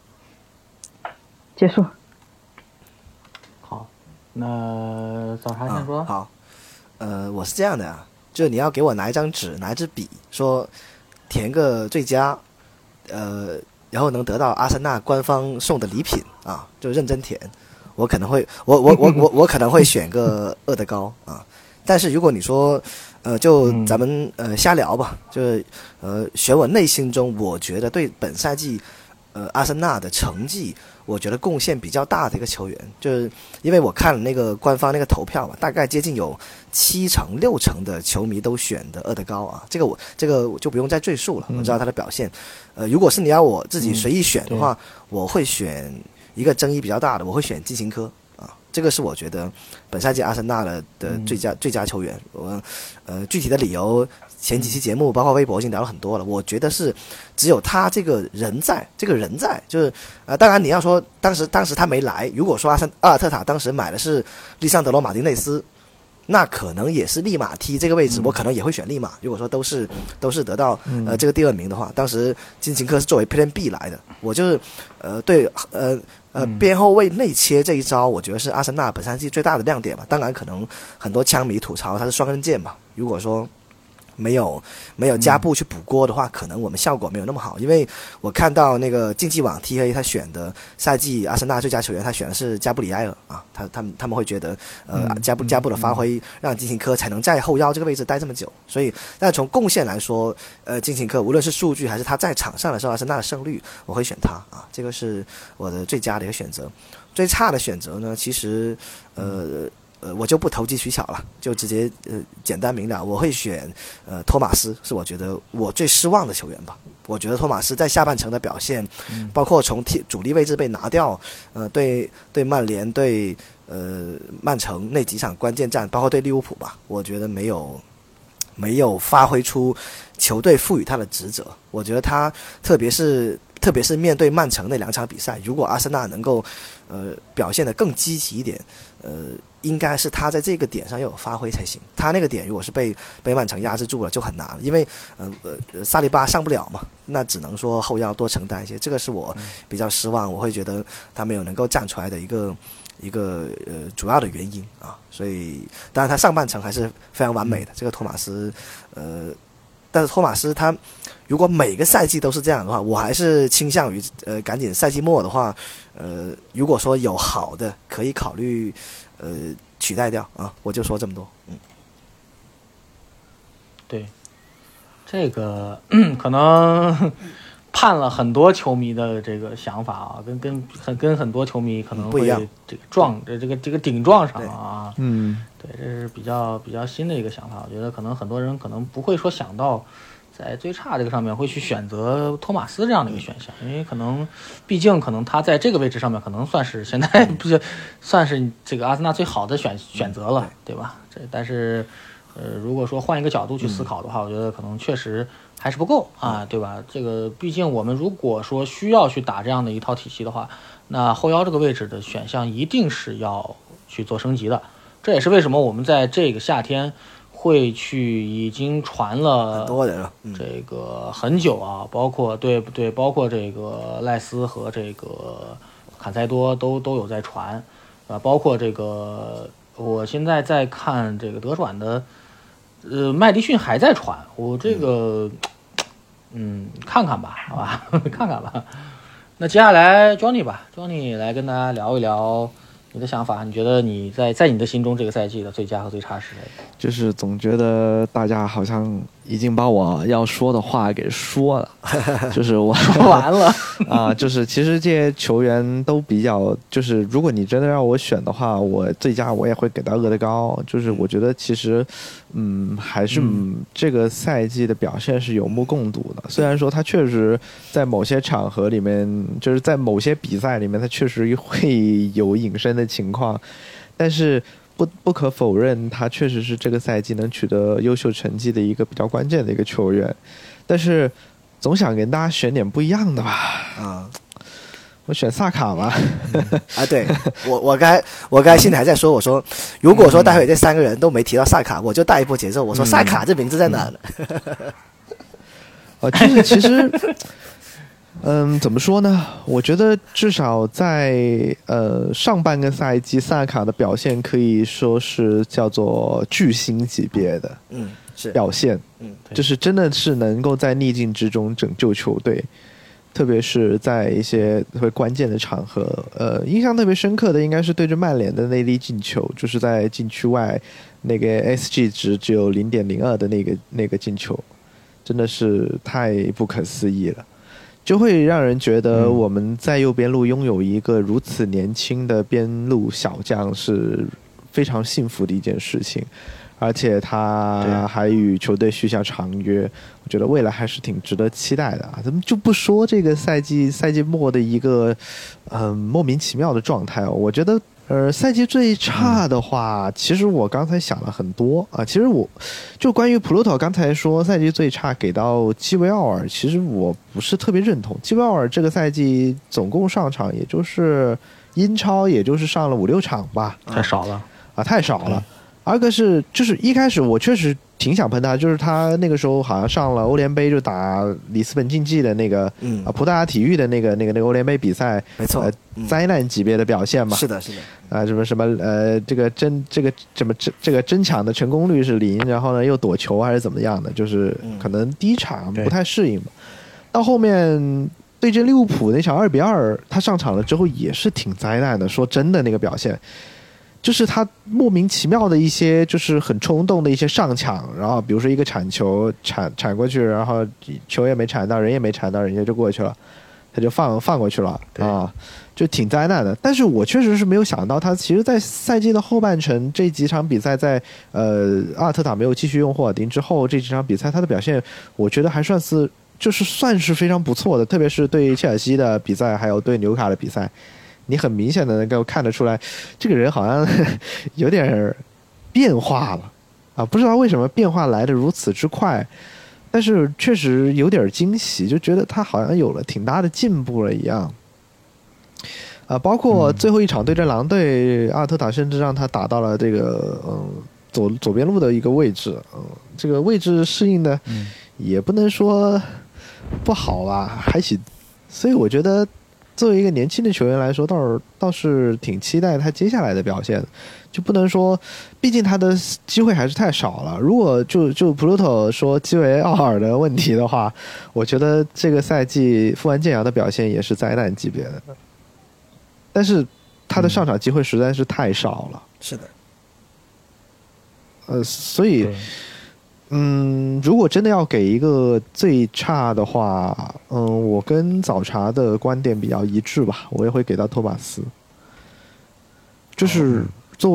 结束。 好，那早茶先说。 啊、好，呃，我是这样的啊，就是你要给我拿一张纸，拿一支笔，说填个最佳，呃。然后能得到阿森纳官方送的礼品啊，就认真填。我可能会，我我我我我可能会选个厄德高啊。但是如果你说，呃，就咱们呃瞎聊吧，就是呃选我内心中我觉得对本赛季呃阿森纳的成绩，我觉得贡献比较大的一个球员，就是因为我看了那个官方那个投票嘛，大概接近有七成六成的球迷都选的厄德高啊，这个我这个我就不用再赘述了，我知道他的表现。呃，如果是你要我自己随意选的话，嗯、我会选一个争议比较大的，我会选金琴科啊，这个是我觉得本赛季阿森纳的的最佳、嗯、最佳球员。我呃具体的理由，前几期节目包括微博已经聊了很多了。我觉得是只有他这个人在，这个人在，就是呃，当然你要说当时当时他没来，如果说阿森阿尔特塔当时买的是利桑德罗马丁内斯。那可能也是利马踢这个位置，我可能也会选利马。如果说都是都是得到呃这个第二名的话，当时金琴科是作为 Plan B 来的，我就是呃对呃呃边后卫内切这一招，我觉得是阿森纳本赛季最大的亮点吧。当然，可能很多枪迷吐槽它是双刃剑吧。如果说没有没有加布去补锅的话，可能我们效果没有那么好。因为我看到那个竞技网 T A 他选的赛季阿森纳最佳球员，他选的是加布里埃尔啊，他他们他们会觉得呃加布加布的发挥让金琴科才能在后腰这个位置待这么久。所以，但从贡献来说，呃金琴科无论是数据还是他在场上的时候阿森纳的胜率，我会选他啊，这个是我的最佳的一个选择。最差的选择呢，其实呃。呃，我就不投机取巧了，就直接呃简单明了，我会选呃托马斯，是我觉得我最失望的球员吧。我觉得托马斯在下半程的表现，嗯、包括从主力位置被拿掉，呃，对对曼联、对呃曼城那几场关键战，包括对利物浦吧，我觉得没有没有发挥出球队赋予他的职责。我觉得他特别是。特别是面对曼城那两场比赛，如果阿森纳能够，呃，表现得更积极一点，呃，应该是他在这个点上要有发挥才行。他那个点如果是被被曼城压制住了，就很难了，因为呃呃萨利巴上不了嘛，那只能说后腰多承担一些，这个是我比较失望，我会觉得他没有能够站出来的一个一个呃主要的原因啊。所以当然他上半程还是非常完美的，这个托马斯，呃。但是托马斯他如果每个赛季都是这样的话，我还是倾向于呃赶紧赛季末的话，呃如果说有好的可以考虑呃取代掉啊，我就说这么多。嗯， 对，这个可能判了很多球迷的这个想法啊，跟跟很跟很多球迷可能会这个撞这这个这个顶撞上啊。 嗯， 对，这是比较比较新的一个想法。我觉得可能很多人可能不会说想到在最差这个上面会去选择托马斯这样的一个选项，因为可能毕竟可能他在这个位置上面可能算是现在不是算是这个阿森纳最好的选选择了，对吧？这但是呃，如果说换一个角度去思考的话，我觉得可能确实还是不够啊，对吧？这个毕竟我们如果说需要去打这样的一套体系的话，那后腰这个位置的选项一定是要去做升级的。这也是为什么我们在这个夏天会去已经传了很多人了， 这个很久啊，包括对不对？包括这个赖斯和这个坎塞多都都有在传，啊，包括这个我现在在看这个德转的。呃，麦迪逊还在传，我这个，嗯，看看吧，好吧，看看吧。那接下来 Johnny 吧 ，Johnny 来跟大家聊一聊你的想法。你觉得你在在你的心中这个赛季的最佳和最差是谁？ 就是总觉得大家好像已经把我要说的话给说了，就是我说完了啊，就是其实这些球员都比较，就是如果你真的让我选的话，我最佳我也会给到厄德高。就是我觉得其实，嗯，还是、嗯、这个赛季的表现是有目共睹的。虽然说他确实在某些场合里面，就是在某些比赛里面，他确实会有隐身的情况，但是。不不可否认，他确实是这个赛季能取得优秀成绩的一个比较关键的一个球员，但是总想跟大家选点不一样的吧。 啊， 我选萨卡吧。 嗯、啊，对我我刚才我刚才心里还在说，我说如果说待会这三个人都没提到萨卡，我就带一波节奏，我说萨卡这名字在哪呢？ 啊，就是其实。嗯，怎么说呢？我觉得至少在呃上半个赛季，萨卡的表现可以说是叫做巨星级别的， 嗯，是表现， 嗯， 就是真的是能够在逆境之中拯救球队，特别是在一些特别关键的场合。呃，印象特别深刻的应该是对着曼联的那粒进球，就是在禁区外那个 S G 值只有零点零二的那个那个进球，真的是太不可思议了。就会让人觉得我们在右边路拥有一个如此年轻的边路小将是非常幸福的一件事情，而且他还与球队续下长约，我觉得未来还是挺值得期待的啊。咱们就不说这个赛季赛季末的一个嗯、呃、莫名其妙的状态，我觉得呃，赛季最差的话、嗯，其实我刚才想了很多啊。其实我就关于普鲁托刚才说赛季最差给到基维奥尔，其实我不是特别认同。基维奥尔这个赛季总共上场也就是英超，也就是上了五六场吧， 太少了啊，太少了。二个是就是一开始我确实挺想喷他，就是他那个时候好像上了欧联杯，就打里斯本竞技的那个， 嗯啊，葡萄牙体育的那个那个那个欧联杯比赛， 没错、 呃嗯，灾难级别的表现嘛。 是的，是的。 啊，什么什么呃，这个争这个怎么这这个争抢的成功率是零，然后呢又躲球还是怎么样的，就是可能第一场不太适应嘛。到后面对阵利物浦那场二比二，他上场了之后也是挺灾难的。说真的，那个表现。就是他莫名其妙的一些，就是很冲动的一些上抢，然后比如说一个铲球铲铲过去，然后球也没铲到，人也没铲到，人家就过去了，他就放放过去了啊，就挺灾难的。但是我确实是没有想到，他其实，在赛季的后半程这几场比赛在，在呃阿尔特塔没有继续用霍尔丁之后，这几场比赛他的表现，我觉得还算是就是算是非常不错的，特别是对切尔西的比赛，还有对纽卡的比赛。你很明显的能够看得出来，这个人好像有点变化了啊！不知道为什么变化来得如此之快，但是确实有点惊喜，就觉得他好像有了挺大的进步了一样。啊，包括最后一场对阵狼队，阿尔特塔甚至让他打到了这个嗯左左边路的一个位置，嗯，这个位置适应的也不能说不好吧，还行。所以我觉得。作为一个年轻的球员来说，倒是倒是挺期待他接下来的表现，就不能说，毕竟他的机会还是太少了。如果就就普鲁托说基维奥尔的问题的话，我觉得这个赛季富安健洋的表现也是灾难级别的，但是他的上场机会实在是太少了。 嗯、是的， 呃，所以。嗯，如果真的要给一个最差的话，嗯，我跟早茶的观点比较一致吧，我也会给到托马斯。就是作为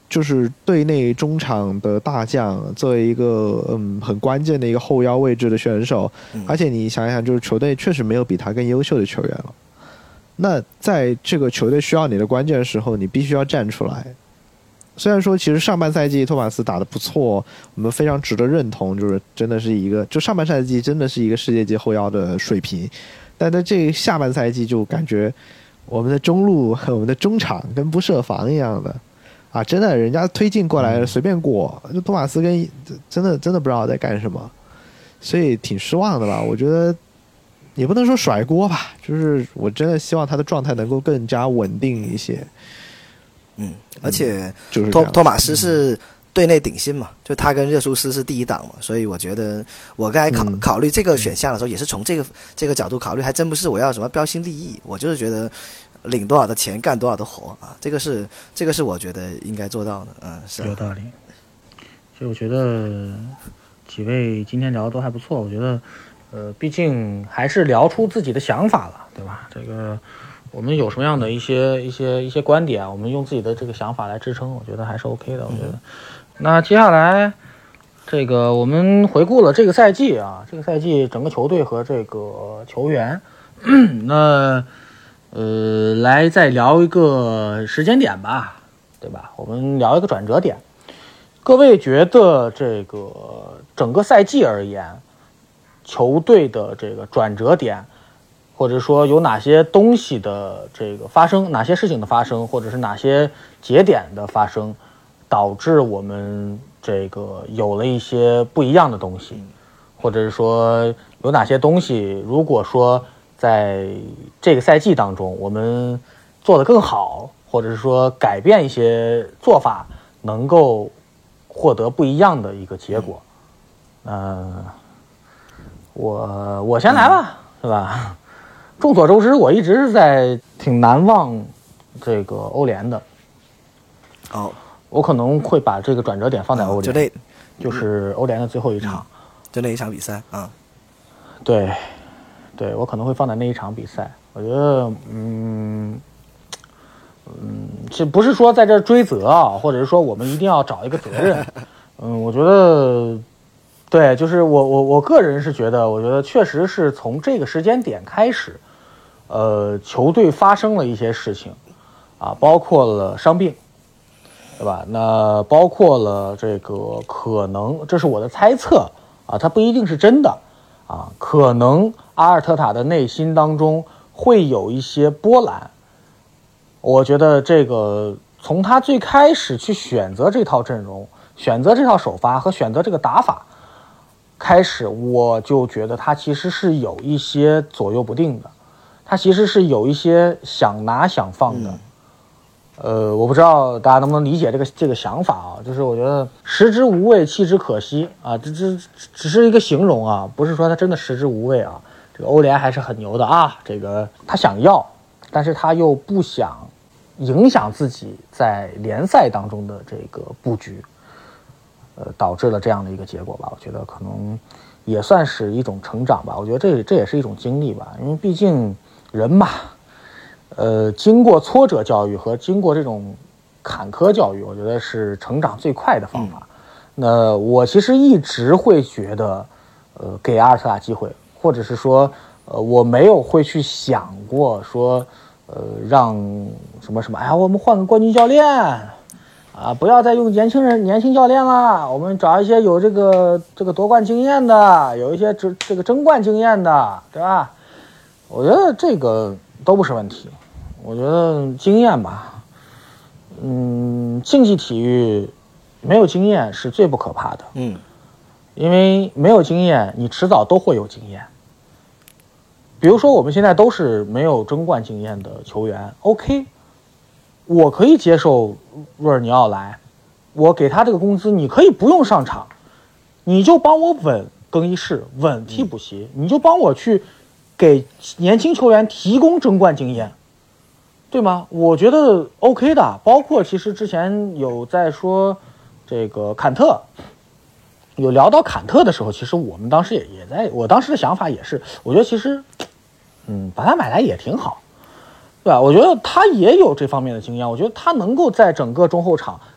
就是队内中场的大将，作为一个嗯很关键的一个后腰位置的选手， 嗯、 而且你想想，就是球队确实没有比他更优秀的球员了。那在这个球队需要你的关键时候，你必须要站出来。虽然说其实上半赛季托马斯打得不错，我们非常值得认同，就是真的是一个就上半赛季真的是一个世界级后腰的水平，但在这下半赛季就感觉我们的中路和我们的中场跟不设防一样的啊，真的人家推进过来随便过，就托马斯跟真的真的不知道在干什么，所以挺失望的吧。我觉得也不能说甩锅吧，就是我真的希望他的状态能够更加稳定一些。 嗯，而且就是托托马斯是队内顶薪嘛，就他跟热苏斯是第一档嘛，所以我觉得我刚才考、嗯、考虑这个选项的时候，也是从这个这个角度考虑，还真不是我要什么标新立异，我就是觉得领多少的钱干多少的活啊，这个是这个是我觉得应该做到的，嗯，是有道理。所以我觉得几位今天聊的都还不错，我觉得呃，毕竟还是聊出自己的想法了，对吧？这个。我们有什么样的一些一些一些观点，我们用自己的这个想法来支撑，我觉得还是 OK 的。我觉得，嗯、那接下来这个我们回顾了这个赛季啊，这个赛季整个球队和这个球员，那呃来再聊一个时间点吧，对吧？我们聊一个转折点。各位觉得这个整个赛季而言，球队的这个转折点？或者说有哪些东西的这个发生，哪些事情的发生，或者是哪些节点的发生，导致我们这个有了一些不一样的东西，或者是说有哪些东西，如果说在这个赛季当中我们做得更好，或者是说改变一些做法，能够获得不一样的一个结果。嗯、呃，我我先来吧，是吧？众所周知，我一直是在挺难忘这个欧联的。 哦， 我可能会把这个转折点放在欧联， 就那， 就是欧联的最后一场， 嗯、就那一场比赛啊。 对，对我可能会放在那一场比赛。我觉得，嗯，嗯，这不是说在这追责啊，或者是说我们一定要找一个责任。嗯，我觉得。对，就是我我我个人是觉得，我觉得确实是从这个时间点开始，呃，球队发生了一些事情，啊，包括了伤病，对吧？那包括了这个可能，这是我的猜测啊，它不一定是真的啊，可能阿尔特塔的内心当中会有一些波澜。我觉得这个从他最开始去选择这套阵容、选择这套首发和选择这个打法。开始我就觉得他其实是有一些左右不定的，他其实是有一些想拿想放的，嗯、呃，我不知道大家能不能理解这个这个想法啊？就是我觉得食之无味，弃之可惜啊，这这只是一个形容啊，不是说他真的食之无味啊。这个欧联还是很牛的啊，这个他想要，但是他又不想影响自己在联赛当中的这个布局。呃，导致了这样的一个结果吧，我觉得可能也算是一种成长吧。我觉得这这也是一种经历吧，因为毕竟人嘛，呃，经过挫折教育和经过这种坎坷教育，我觉得是成长最快的方法。嗯、那我其实一直会觉得，呃，给阿尔特塔机会，或者是说，呃，我没有会去想过说，呃，让什么什么，哎呀，我们换个冠军教练。啊，不要再用年轻人、年轻教练了，我们找一些有这个这个夺冠经验的，有一些这这个争冠经验的，对吧？我觉得这个都不是问题。我觉得经验吧，嗯，竞技体育没有经验是最不可怕的， 嗯， 因为没有经验，你迟早都会有经验。比如说我们现在都是没有争冠经验的球员 ，OK。我可以接受若尔尼奥来，我给他这个工资，你可以不用上场，你就帮我稳更衣室，稳替补席，你就帮我去给年轻球员提供争冠经验，对吗？我觉得 OK 的。包括其实之前有在说这个坎特，有聊到坎特的时候，其实我们当时也也在，我当时的想法也是，我觉得其实，嗯，把他买来也挺好。对吧？我觉得他也有这方面的经验，我觉得他能够在整个中后场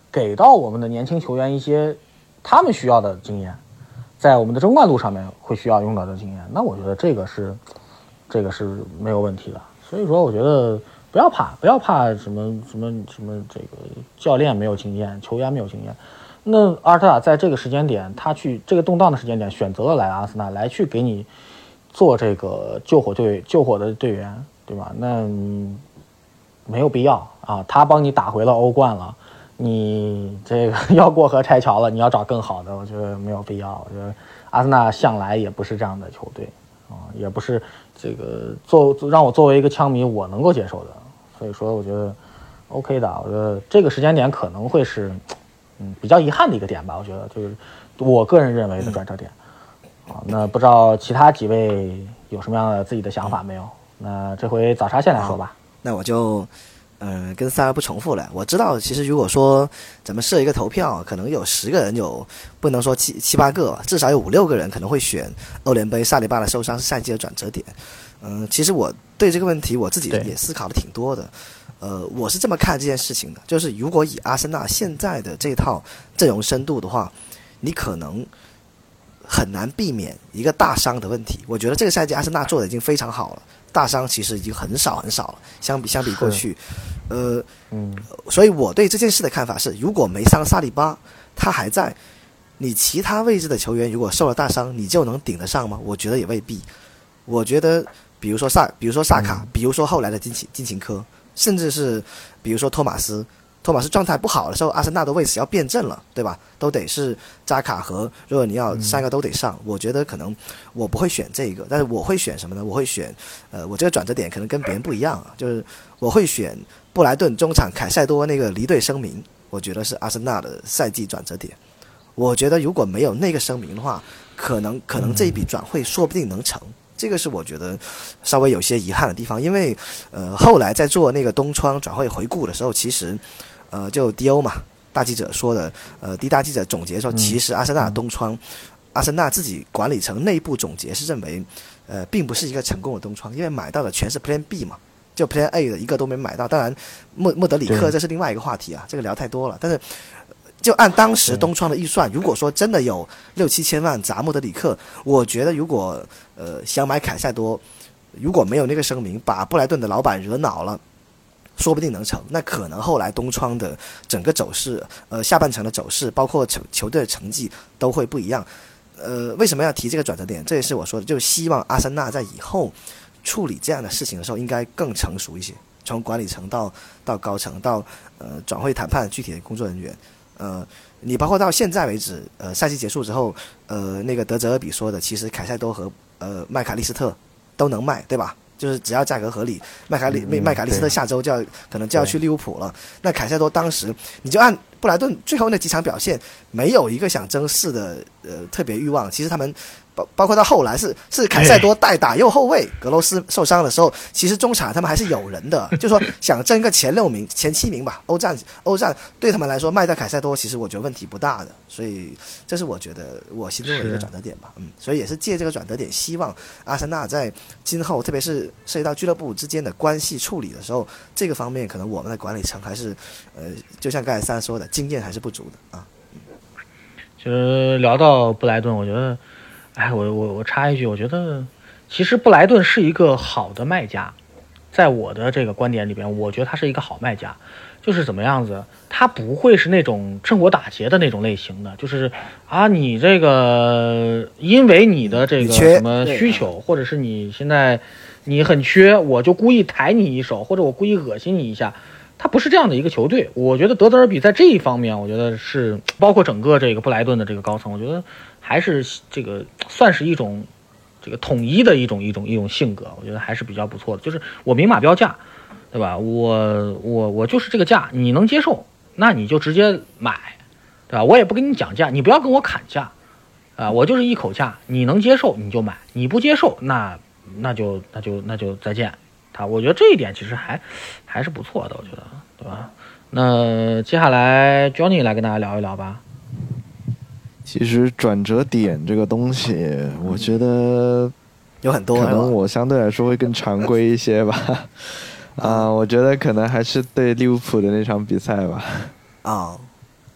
给到我们的年轻球员一些他们需要的经验，在我们的争冠路上面会需要用到的经验，那我觉得这个是这个是没有问题的。所以说我觉得不要怕不要怕什么什么什么这个教练没有经验，球员没有经验。那阿尔特塔在这个时间点，他去这个动荡的时间点选择了来阿森纳来去给你做这个救火队救火的队员，对吧？那、嗯、没有必要啊，他帮你打回了欧冠了，你这个要过河拆桥了，你要找更好的，我觉得没有必要。我觉得阿森纳向来也不是这样的球队啊，也不是这个做让我作为一个枪迷我能够接受的。所以说我觉得 OK 的，我觉得这个时间点可能会是嗯比较遗憾的一个点吧，我觉得就是我个人认为的转折点。啊，那不知道其他几位有什么样的自己的想法没有？那这回早茶先来说吧。 那我就呃跟三儿不重复了。我知道其实如果说咱们设一个投票，可能有十个人有不能说七七八个，至少有五六个人可能会选欧联杯萨利巴的受伤是赛季的转折点。嗯、呃，其实我对这个问题我自己也思考的挺多的。呃，我是这么看这件事情的，就是如果以阿森纳现在的这套阵容深度的话，你可能很难避免一个大伤的问题。我觉得这个赛季阿森纳做的已经非常好了，大伤其实已经很少很少了，相比相比过去，呃，嗯，所以我对这件事的看法是，如果没伤萨利巴，他还在，你其他位置的球员如果受了大伤，你就能顶得上吗？我觉得也未必。我觉得，比如说萨，比如说萨卡，比如说后来的金琴金琴科，甚至是比如说托马斯。托马斯状态不好的时候，阿森纳的位置要变阵了，对吧？都得是扎卡和如果你要三个都得上、嗯，我觉得可能我不会选这个，但是我会选什么呢？我会选，呃，我这个转折点可能跟别人不一样啊，就是我会选布莱顿中场凯塞多那个离队声明，我觉得是阿森纳的赛季转折点。我觉得如果没有那个声明的话，可能可能这一笔转会说不定能成。这个是我觉得稍微有些遗憾的地方，因为呃后来在做那个冬窗转会回顾的时候，其实呃就 D O 嘛大记者说的，呃 D 大记者总结说，其实阿森纳的冬窗，阿森纳自己管理层内部总结是认为，呃并不是一个成功的冬窗，因为买到的全是 Plan B 嘛，就 Plan A 的一个都没买到。当然莫莫德里克这是另外一个话题啊，这个聊太多了，但是。就按当时东窗的预算，如果说真的有六七千万砸莫德里克，我觉得如果呃想买凯塞多，如果没有那个声明，把布莱顿的老板惹恼了，说不定能成。那可能后来东窗的整个走势，呃下半程的走势，包括球球队的成绩都会不一样。呃，为什么要提这个转折点？这也是我说的，就是希望阿森纳在以后处理这样的事情的时候，应该更成熟一些，从管理层到到高层到呃转会谈判具体的工作人员。呃，你包括到现在为止，呃，赛季结束之后，呃，那个德泽尔比说的，其实凯塞多和呃麦卡利斯特都能卖，对吧？就是只要价格合理，麦卡利、嗯、麦卡利斯特下周就要可能就要去利物浦了。那凯塞多当时你就按布莱顿最后那几场表现，没有一个想争四的呃特别欲望。其实他们包包括到后来是是凯塞多代打右后卫，格罗斯受伤的时候，其实中场他们还是有人的，就是说想争个前六名、前七名吧。欧战欧战对他们来说卖掉凯塞多，其实我觉得问题不大的。所以这是我觉得我心中的一个转折点吧。嗯，所以也是借这个转折点，希望阿森纳在今后，特别是涉及到俱乐部之间的关系处理的时候，这个方面可能我们的管理层还是呃，就像刚才三说的，经验还是不足的啊。 其实聊到布莱顿，我觉得，哎，我我我插一句，我觉得其实布莱顿是一个好的卖家，在我的这个观点里边，我觉得他是一个好卖家。就是怎么样子，他不会是那种趁火打劫的那种类型的，就是啊，你这个因为你的这个什么需求，或者是你现在你很缺，我就故意抬你一手，或者我故意恶心你一下。他不是这样的一个球队。我觉得德泽尔比在这一方面，我觉得是包括整个这个布莱顿的这个高层，我觉得还是这个算是一种这个统一的一种一种一种性格，我觉得还是比较不错的。就是我明码标价，对吧？我我我就是这个价，你能接受，那你就直接买，对吧？我也不跟你讲价，你不要跟我砍价，啊，我就是一口价，你能接受你就买，你不接受那那就那就那就再见。他我觉得这一点其实还还是不错的，我觉得，对吧？那接下来 Johnny 来跟大家聊一聊吧。 其实转折点这个东西，我觉得有很多， 可能我相对来说会更常规一些吧。啊，我觉得可能还是对利物浦的那场比赛吧。 啊、哦，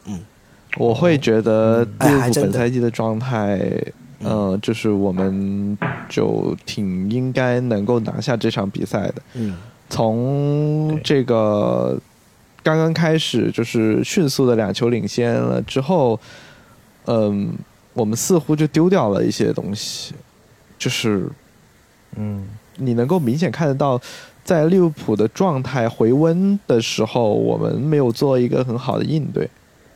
嗯， 我会觉得利物浦本赛季的状态， 嗯、 呃，就是我们就挺应该能够拿下这场比赛的。 嗯， 从这个刚刚开始就是迅速的两球领先了之后，嗯、呃，我们似乎就丢掉了一些东西，就是， 嗯， 你能够明显看得到。在利物浦的状态回温的时候，我们没有做一个很好的应对。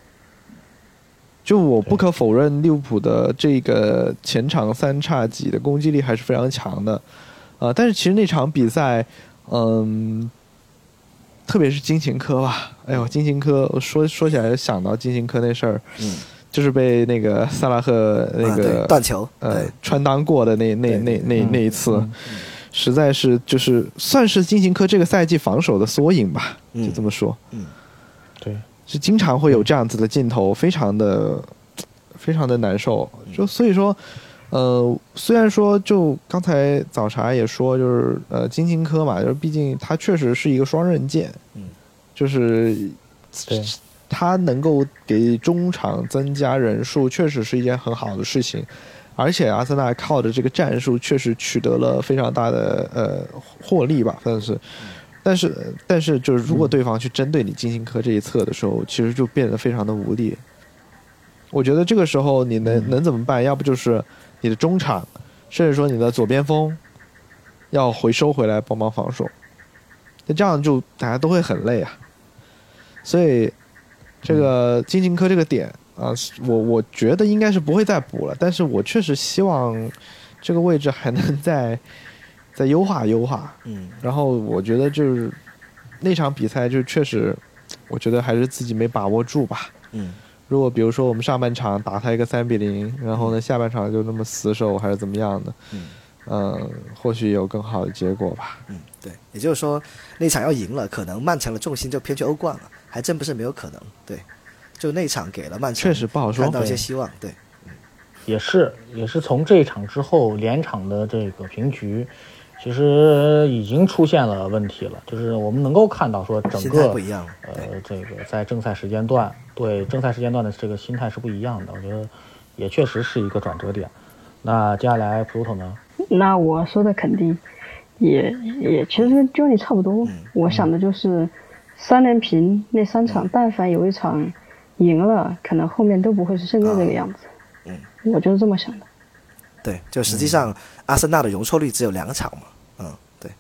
就我不可否认，利物浦的这个前场三叉戟的攻击力还是非常强的，呃，但是其实那场比赛，嗯，特别是金琴科吧，哎呦，金琴科说说起来想到金琴科那事儿， 嗯， 就是被那个萨拉赫那个、 啊、断球， 呃，穿裆过的那那那那那一次。嗯嗯实在是就是算是金琴科这个赛季防守的缩影吧， 嗯、 就这么说。 嗯，对， 是经常会有这样子的镜头，非常的非常的难受。就所以说，呃，虽然说就刚才早茶也说，就是呃金琴科嘛，就是毕竟他确实是一个双刃剑， 嗯， 就是对他能够给中场增加人数，确实是一件很好的事情。而且阿森纳靠着这个战术确实取得了非常大的呃获利吧，算是。但是但是就是如果对方去针对你金琴科这一侧的时候，其实就变得非常的无力。我觉得这个时候你能能怎么办？要不就是你的中场，甚至说你的左边锋要回收回来帮忙防守，那这样就大家都会很累啊。所以这个金琴科这个点。啊，我我觉得应该是不会再补了，但是我确实希望这个位置还能再再优化优化。 嗯， 然后我觉得就是那场比赛就确实，我觉得还是自己没把握住吧。 嗯， 如果比如说我们上半场打他一个三比零，然后呢下半场就那么死守还是怎么样的， 嗯， 呃，或许有更好的结果吧。 嗯，对，也就是说那场要赢了，可能曼城的重心就偏去欧冠了，还真不是没有可能。对。就那场给了曼城， 确实不好说， 看到一些希望。对， 对也是也是从这一场之后，连场的这个平局，其实已经出现了问题了。就是我们能够看到说，整个不一样， 呃，这个在正赛时间段，对正赛时间段的这个心态是不一样的。我觉得也确实是一个转折点。那接下来 Pluto 呢？ 那我说的肯定也也其实跟 Johnny 差不多。 嗯、 我想的就是三连平那三场，嗯、但凡有一场赢了，可能后面都不会是现在这个样子。 嗯， 我就是这么想的。 对，就实际上、嗯、阿森纳的容错率只有两场嘛。嗯，对。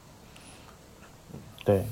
对。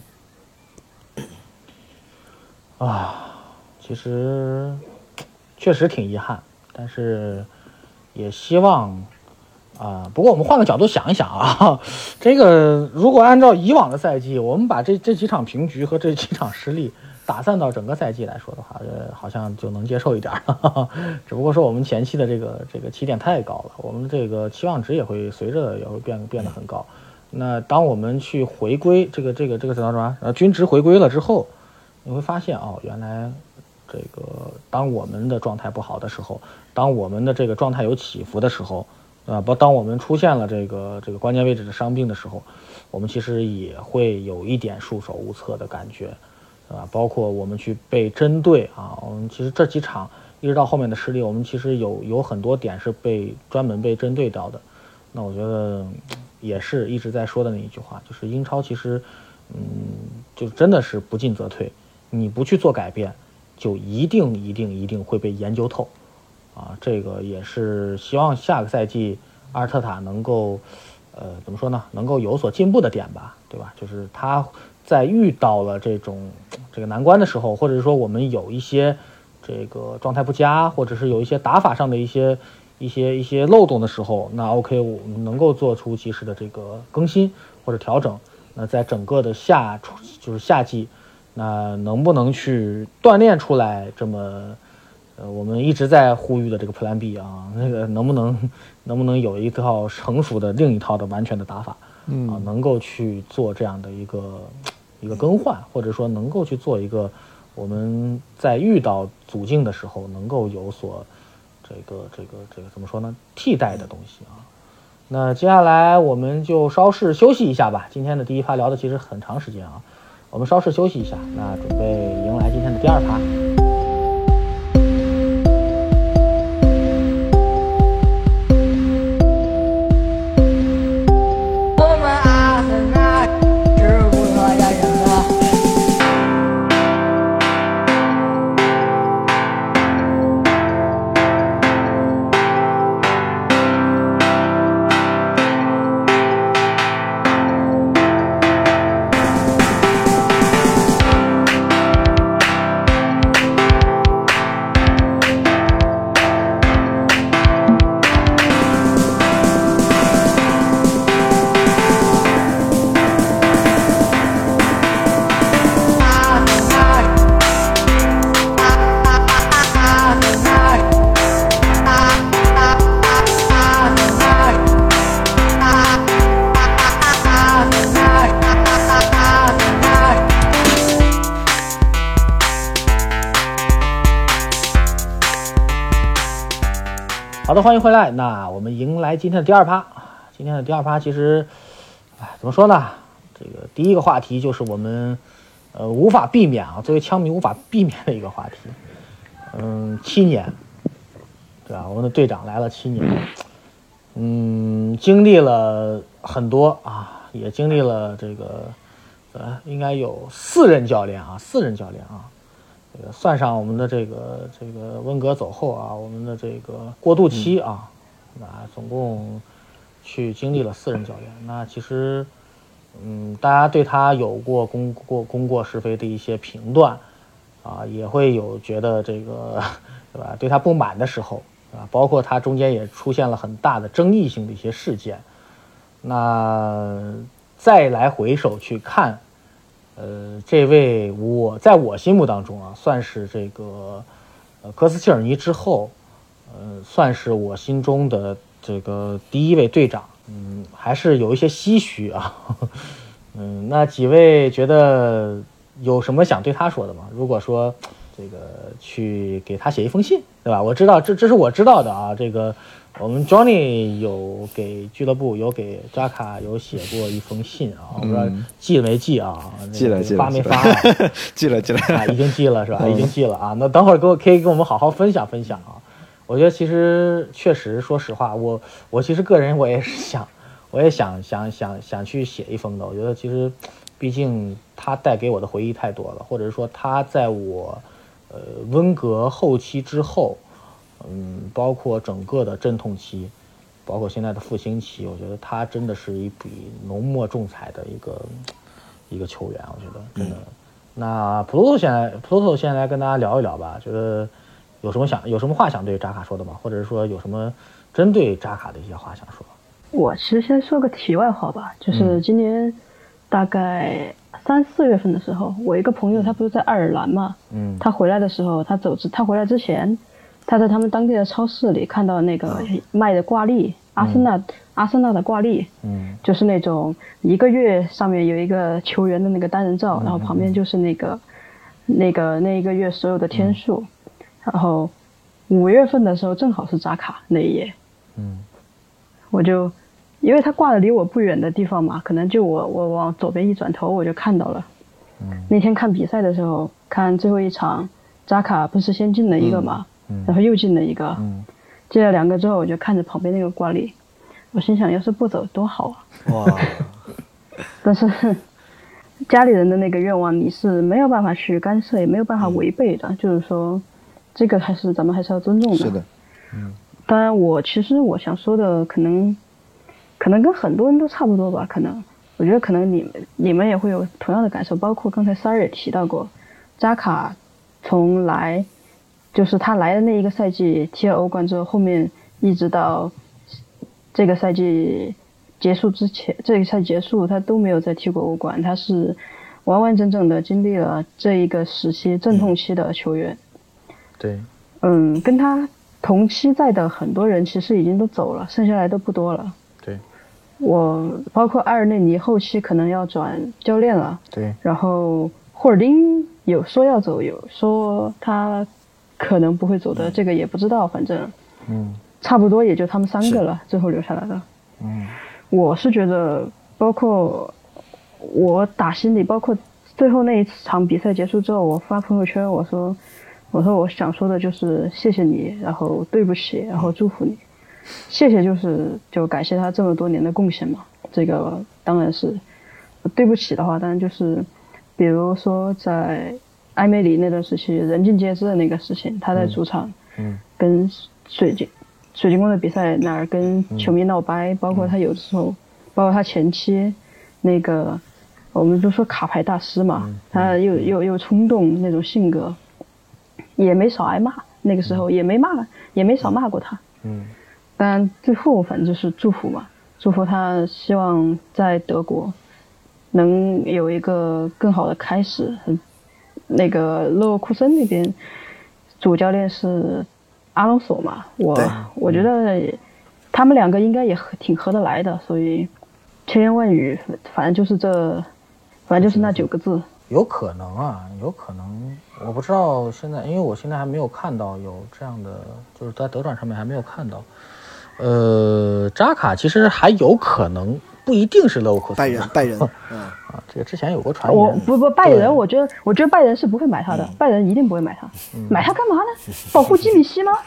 啊，其实确实挺遗憾，但是也希望啊、呃。不过我们换个角度想一想啊，这个如果按照以往的赛季，我们把这这几场平局和这几场失利打散到整个赛季来说的话，呃，好像就能接受一点了。只不过说我们前期的这个这个起点太高了，我们的这个期望值也会随着也会变变得很高。那当我们去回归这个这个这个叫什么呃均值回归了之后，你会发现哦，原来这个当我们的状态不好的时候，当我们的这个状态有起伏的时候，啊，不，当我们出现了这个这个关键位置的伤病的时候，我们其实也会有一点束手无策的感觉。啊，包括我们去被针对啊，我们其实这几场一直到后面的失利，我们其实有有很多点是被专门被针对到的。那我觉得也是一直在说的那一句话，就是英超其实，嗯，就真的是不进则退，你不去做改变，就一定一定一定会被研究透。啊，这个也是希望下个赛季阿尔特塔能够，呃，怎么说呢，能够有所进步的点吧，对吧？就是他在遇到了这种这个难关的时候，或者是说我们有一些这个状态不佳，或者是有一些打法上的一些一些一些漏洞的时候，那 OK 我们能够做出及时的这个更新或者调整。那在整个的夏就是夏季，那能不能去锻炼出来这么呃我们一直在呼吁的这个 Plan B 啊，那个能不能能不能有一套成熟的另一套的完全的打法？ 嗯啊，能够去做这样的一个一个更换，或者说能够去做一个我们在遇到阻境的时候能够有所这个这个这个怎么说呢，替代的东西啊。那接下来我们就稍事休息一下吧。今天的第一趴聊的其实很长时间啊，我们稍事休息一下，那准备迎来今天的第二趴。 好的，欢迎回来。那我们迎来今天的第二趴。今天的第二趴其实，哎，怎么说呢？这个第一个话题就是我们呃无法避免啊，作为枪迷无法避免的一个话题。嗯，七年，对吧？我们的队长来了七年，嗯，经历了很多啊，也经历了这个呃，应该有四任教练啊，四任教练啊。这个算上我们的这个这个温格走后啊，我们的这个过渡期啊，那、嗯、总共去经历了四任教练。那其实，嗯，大家对他有过功过功过是非的一些评断啊，也会有觉得这个对吧？对他不满的时候啊，包括他中间也出现了很大的争议性的一些事件。那再来回首去看。呃，这位我在我心目当中啊，算是这个呃科斯切尔尼之后，呃，算是我心中的这个第一位队长。嗯，还是有一些唏嘘啊。呵呵嗯，那几位觉得有什么想对他说的吗？如果说这个去给他写一封信，对吧？我知道这这是我知道的啊，这个。我们 Johnny 有给俱乐部有给扎卡有写过一封信啊，我不知道寄了没寄啊？ 寄了，寄了， 发没发？ 寄了，寄了啊，已经寄了是吧？已经寄了啊。那等会儿给我可以跟我们好好分享分享啊。我觉得其实确实，说实话，我我其实个人我也是想，我也想想想想去写一封的。我觉得其实，毕竟他带给我的回忆太多了，或者是说他在我呃温格后期之后。嗯，包括整个的阵痛期，包括现在的复兴期，我觉得他真的是一笔浓墨重彩的一个一个球员，我觉得真的。嗯、那普鲁托现在，普鲁托现在来跟大家聊一聊吧，觉得有什么想有什么话想对扎卡说的吗？或者是说有什么针对扎卡的一些话想说？ 我其实先说个题外话吧，就是今年大概三四月份的时候，我一个朋友他不是在爱尔兰嘛，嗯，他回来的时候，他走之他回来之前。他在他们当地的超市里看到那个卖的挂历，嗯、阿森纳阿森纳的挂历，嗯，就是那种一个月上面有一个球员的那个单人照，嗯、然后旁边就是那个那个那一个月所有的天数，嗯、然后五月份的时候正好是扎卡那一页，嗯，我就因为他挂的离我不远的地方嘛，可能就我我往左边一转头我就看到了，嗯，那天看比赛的时候看最后一场，扎卡不是先进了一个嘛。嗯然后又进了一个，嗯、接了两个之后，我就看着旁边那个挂历，我心想，要是不走多好啊！哇！但是家里人的那个愿望，你是没有办法去干涉，也没有办法违背的。嗯、就是说，这个还是咱们还是要尊重的。 是的，嗯。 当然，我其实我想说的，可能可能跟很多人都差不多吧。可能我觉得，可能你们你们也会有同样的感受，包括刚才三儿也提到过，扎卡从来。就是他来的那一个赛季踢了欧冠之后，后面一直到这个赛季结束之前，这个赛季结束他都没有再踢过欧冠，他是完完整整的经历了这一个时期阵痛期的球员。 对， 嗯，跟他同期在的很多人其实已经都走了，剩下来都不多了。 对， 我包括埃尔内尼后期可能要转教练了。 对， 然后霍尔丁有说要走，有说他。可能不会走的，这个也不知道，反正，嗯，差不多也就他们三个了，最后留下来的。嗯，我是觉得，包括我打心里，包括最后那一场比赛结束之后，我发朋友圈，我说，我说我想说的就是谢谢你，然后对不起，然后祝福你。谢谢就是就感谢他这么多年的贡献嘛，这个当然是。对不起的话，当然就是，比如说在。埃梅里那段时期人尽皆知的那个事情，他在主场，嗯，跟水晶水晶宫的比赛那儿跟球迷闹掰，嗯、包括他有的时候，包括他前期那个，我们都说卡牌大师嘛，嗯、他又又又冲动那种性格，也没少挨骂，那个时候也没骂，也没少骂过他，嗯，但最后反正就是祝福嘛，祝福他，希望在德国能有一个更好的开始。那个勒沃库森那边主教练是阿隆索嘛，我我觉得他们两个应该也挺合得来的，所以千言万语反正就是这反正就是那九个字。 有可能啊，有可能我不知道现在，因为我现在还没有看到有这样的，就是在德转上面还没有看到。呃，扎卡其实还有可能不一定是 local 拜仁，拜仁，嗯啊，这个之前有过传我言。 不不，拜仁，我觉得我觉得拜仁是不会买他的， 嗯、 拜仁一定不会买他， 嗯、 买他干嘛呢？保护基米希吗？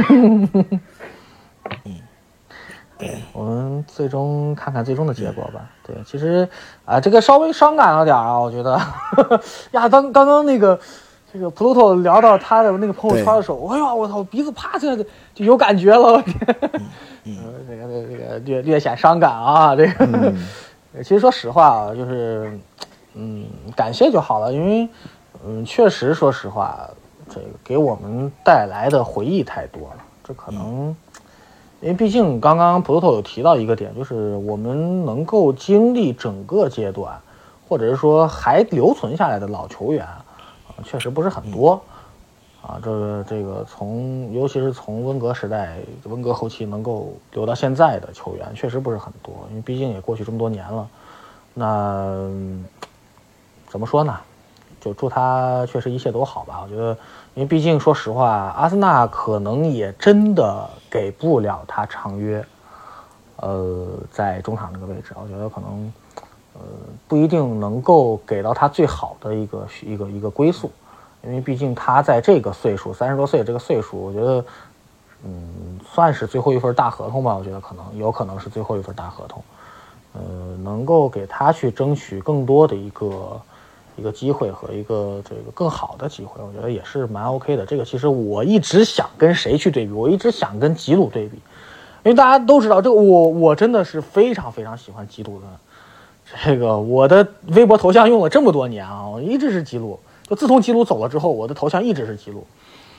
嗯，我们最终看看最终的结果吧。对，其实啊、呃，这个稍微伤感了点啊，我觉得呀，当刚刚那个。这个普鲁托聊到他的那个朋友圈的时候，哎呀，我操，鼻子啪一下就就有感觉了，我天，嗯，这个这个略略显伤感啊，这个，嗯、其实说实话啊，就是，嗯，感谢就好了，因为，嗯，确实说实话，这个给我们带来的回忆太多了，这可能，嗯、因为毕竟刚刚普鲁托有提到一个点，就是我们能够经历整个阶段，或者是说还留存下来的老球员。确实不是很多，啊，这个这个从尤其是从温格时代、温格后期能够留到现在的球员，确实不是很多，因为毕竟也过去这么多年了。那怎么说呢？就祝他确实一切都好吧。我觉得，因为毕竟说实话，阿森纳可能也真的给不了他长约，呃，在中场这个位置，我觉得可能。呃，不一定能够给到他最好的一个一个一个归宿，因为毕竟他在这个岁数，三十多岁这个岁数，我觉得，嗯，算是最后一份大合同吧。我觉得可能有可能是最后一份大合同，呃，能够给他去争取更多的一个一个机会和一个这个更好的机会，我觉得也是蛮 OK 的。这个其实我一直想跟谁去对比，我一直想跟吉鲁对比，因为大家都知道，这个我我真的是非常非常喜欢吉鲁的。这个我的微博头像用了这么多年啊，我一直是吉鲁。就自从吉鲁走了之后，我的头像一直是吉鲁。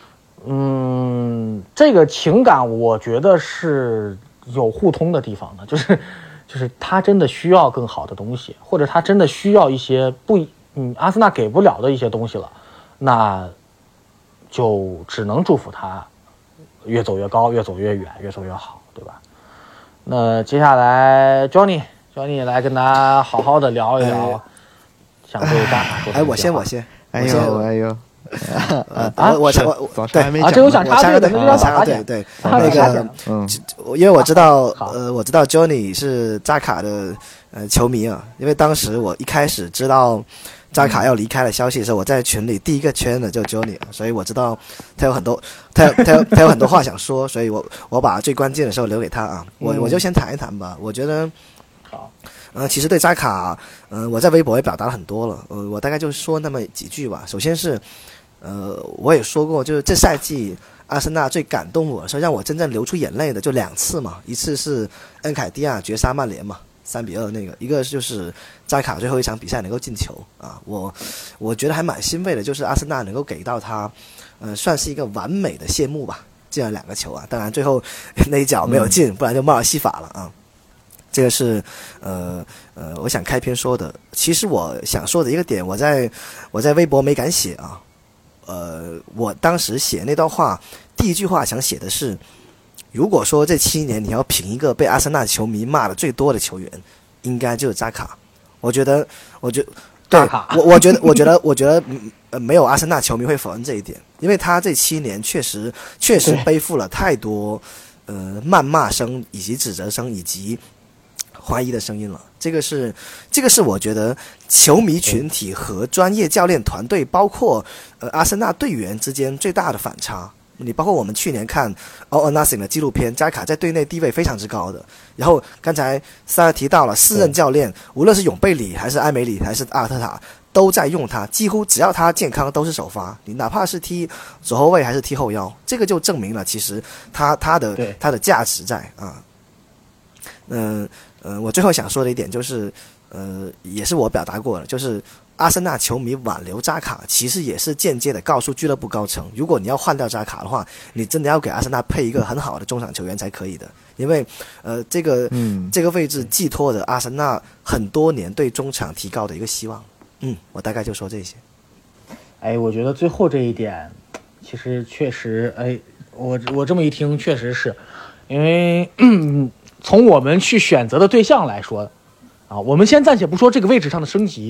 嗯，这个情感我觉得是有互通的地方的，就是就是他真的需要更好的东西，或者他真的需要一些不嗯阿森纳给不了的一些东西了，那就只能祝福他越走越高，越走越远，越走越好，对吧？那接下来 Johnny。Johnny 来跟大家好好的聊一聊，想对扎卡说。 哎，我先，我先， 哎呦，哎呦， 啊，我我早上还没讲， 啊，这有想插队的，那就要插队，对，那个，嗯，因为我知道，呃，我知道 Johnny 是扎卡的呃球迷啊，因为当时我一开始知道扎卡要离开的消息的时候，我在群里第一个圈的就 Johnny， 所以我知道他有很多，他有他有他有很多话想说，所以我我把最关键的时候留给他啊，我我就先谈一谈吧，我觉得。呃，其实对扎卡，呃，我在微博也表达了很多了，呃，我大概就说那么几句吧。首先是，呃，我也说过，就是这赛季阿森纳最感动我，说让我真正流出眼泪的就两次嘛，一次是恩凯蒂亚绝杀曼联嘛，三比二那个，一个就是扎卡最后一场比赛能够进球啊，我我觉得还蛮欣慰的，就是阿森纳能够给到他，呃，算是一个完美的谢幕吧，进了两个球啊，当然最后那一脚没有进，嗯、不然就帽儿戏法了啊。这个是，呃呃，我想开篇说的。其实我想说的一个点，我在我在微博没敢写啊。呃，我当时写那段话，第一句话想写的是，如果说这七年你要评一个被阿森纳球迷骂的最多的球员，应该就是扎卡。我觉得，我觉得，对，我我觉得，我觉得，我觉得，呃，没有阿森纳球迷会否认这一点，因为他这七年确实确实背负了太多呃谩骂声以及指责声以及。怀疑的声音了，这个是，这个是我觉得球迷群体和专业教练团队，包括呃阿森纳队员之间最大的反差。你包括我们去年看《All or Nothing》的纪录片，扎卡在队内地位非常之高的。然后刚才三儿提到了四任教练，无论是永贝里还是埃梅里还是阿尔特塔，都在用他，几乎只要他健康都是首发。你哪怕是踢左后卫还是踢后腰，这个就证明了其实他他的他的价值在啊。嗯。呃，我最后想说的一点就是，呃，也是我表达过的，就是阿森纳球迷挽留扎卡，其实也是间接的告诉俱乐部高层，如果你要换掉扎卡的话，你真的要给阿森纳配一个很好的中场球员才可以的，因为，呃，这个，嗯，这个位置寄托着阿森纳很多年对中场提高的一个希望。嗯，我大概就说这些。 哎，我觉得最后这一点，其实确实，哎，我我这么一听，确实是，因为。嗯从我们去选择的对象来说，啊，我们先暂且不说这个位置上的升级，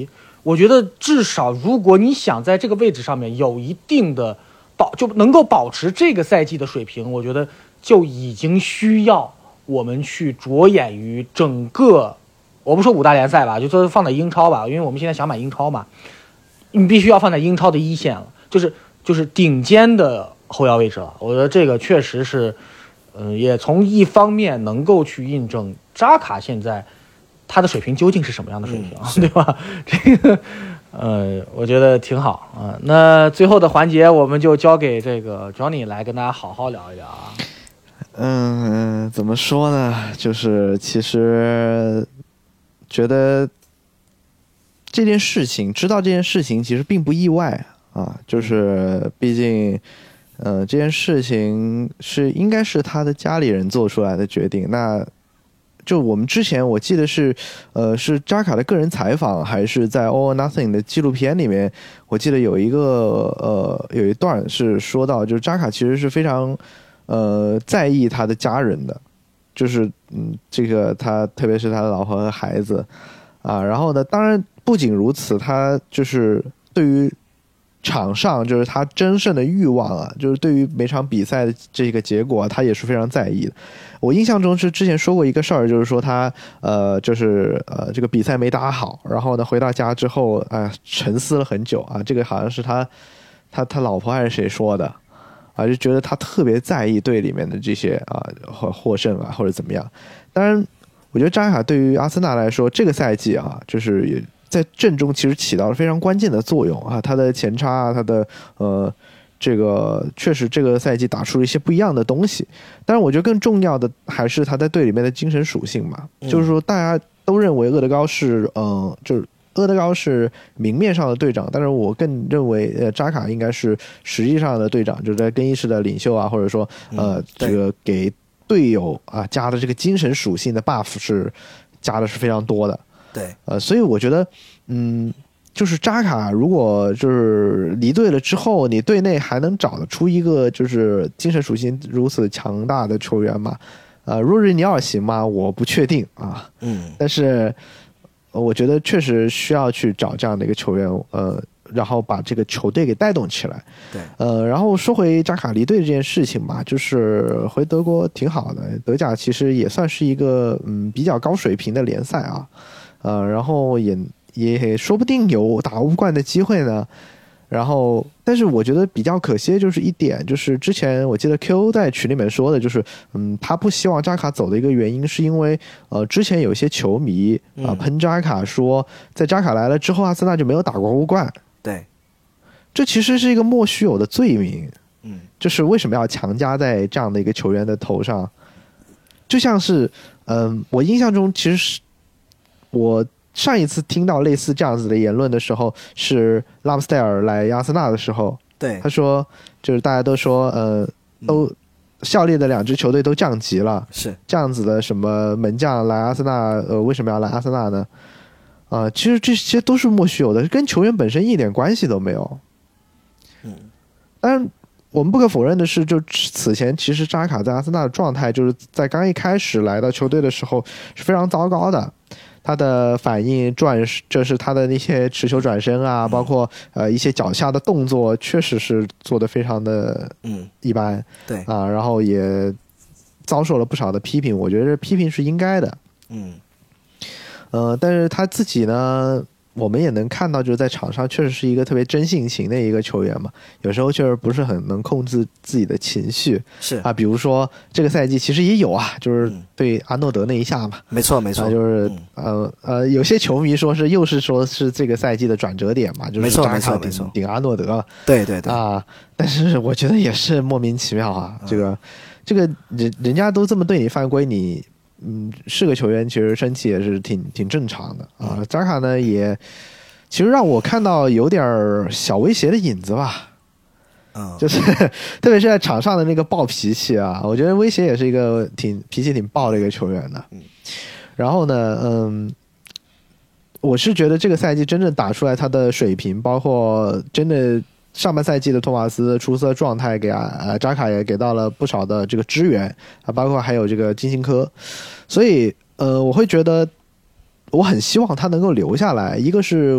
我觉得至少如果你想在这个位置上面有一定的保，就能够保持这个赛季的水平，我觉得就已经需要我们去着眼于整个，我不说五大联赛吧，就说放在英超吧，因为我们现在想买英超嘛，你必须要放在英超的一线了，就是就是顶尖的后腰位置了。我觉得这个确实是，嗯、呃，也从一方面能够去印证扎卡现在他的水平究竟是什么样的水平，嗯、对吧？这个，呃，我觉得挺好啊。那最后的环节，我们就交给这个 Johnny 来跟大家好好聊一聊啊。 嗯，怎么说呢？就是其实觉得这件事情，知道这件事情其实并不意外啊。就是毕竟，呃，这件事情是应该是他的家里人做出来的决定。那就我们之前我记得是，呃，是扎卡的个人采访，还是在 All or Nothing 的纪录片里面，我记得有一个呃有一段是说到，就是扎卡其实是非常呃在意他的家人的，就是嗯这个他特别是他的老婆和孩子啊，然后呢，当然不仅如此，他就是对于场上就是他争胜的欲望啊，就是对于每场比赛的这个结果，他也是非常在意的。我印象中是之前说过一个事儿，就是说他呃就是呃这个比赛没打好，然后呢回到家之后啊、呃、沉思了很久啊，这个好像是他他他老婆还是谁说的啊，就觉得他特别在意队里面的这些啊获获胜啊或者怎么样。当然，我觉得扎卡对于阿森纳来说，这个赛季啊，就是也在阵中其实起到了非常关键的作用啊，他的前插啊，他的呃这个确实这个赛季打出了一些不一样的东西。当然，我觉得更重要的还是他在队里面的精神属性嘛，嗯、就是说大家都认为厄德高是嗯、呃，就是厄德高是明面上的队长，但是我更认为呃扎卡应该是实际上的队长，就是在更衣室的领袖啊，或者说呃、嗯、这个给队友啊加的这个精神属性的 buff 是加的是非常多的。 对， 呃，所以我觉得，嗯，就是扎卡如果就是离队了之后，你队内还能找得出一个就是精神属性如此强大的球员吗？呃，若日尼尔行吗？我不确定啊。 嗯， 但是我觉得确实需要去找这样的一个球员，呃，然后把这个球队给带动起来。 对， 呃，然后说回扎卡离队这件事情吧，就是回德国挺好的，德甲其实也算是一个嗯比较高水平的联赛啊。呃，然后也也说不定有打欧冠的机会呢。然后，但是我觉得比较可惜的就是一点，就是之前我记得 Q 在群里面说的，就是嗯，他不希望扎卡走的一个原因，是因为呃，之前有一些球迷啊、呃、喷扎卡说，在扎卡来了之后，阿森纳就没有打过欧冠。 对， 这其实是一个莫须有的罪名。 嗯， 就是为什么要强加在这样的一个球员的头上？就像是嗯、呃，我印象中其实是。我上一次听到类似这样子的言论的时候，是拉姆斯戴尔来阿森纳的时候， 对， 他说就是大家都说，呃，都效力的两支球队都降级了， 是这样子的，什么门将来阿森纳，呃，为什么要来阿森纳呢？啊、呃，其实这些都是莫须有的，跟球员本身一点关系都没有。 嗯， 当然。我们不可否认的是，就此前其实扎卡在阿森纳的状态，就是在刚一开始来到球队的时候是非常糟糕的。他的反应转，就是他的那些持球转身啊，包括呃一些脚下的动作，确实是做得非常的嗯一般。 嗯、对啊，然后也遭受了不少的批评，我觉得这批评是应该的。 嗯， 呃，但是他自己呢？我们也能看到，就是在场上确实是一个特别真性情的一个球员嘛，有时候确实不是很能控制自己的情绪， 是啊，比如说这个赛季其实也有啊，就是对阿诺德那一下嘛， 没错没错， 啊、就是、嗯、呃呃，有些球迷说是又是说是这个赛季的转折点嘛，就是扎卡顶顶阿诺德， 对对对啊，但是我觉得也是莫名其妙啊，嗯、这个这个人人家都这么对你犯规，你。嗯，是个球员，其实生气也是挺挺正常的啊。扎卡呢，也其实让我看到有点小威胁的影子吧。 嗯， 就是特别是在场上的那个暴脾气啊，我觉得威胁也是一个挺脾气挺暴的一个球员的。 嗯， 然后呢，嗯，我是觉得这个赛季真正打出来他的水平，包括真的。上半赛季的托马斯出色状态给啊扎卡也给到了不少的这个支援啊，包括还有这个金星科，所以呃我会觉得我很希望他能够留下来。一个是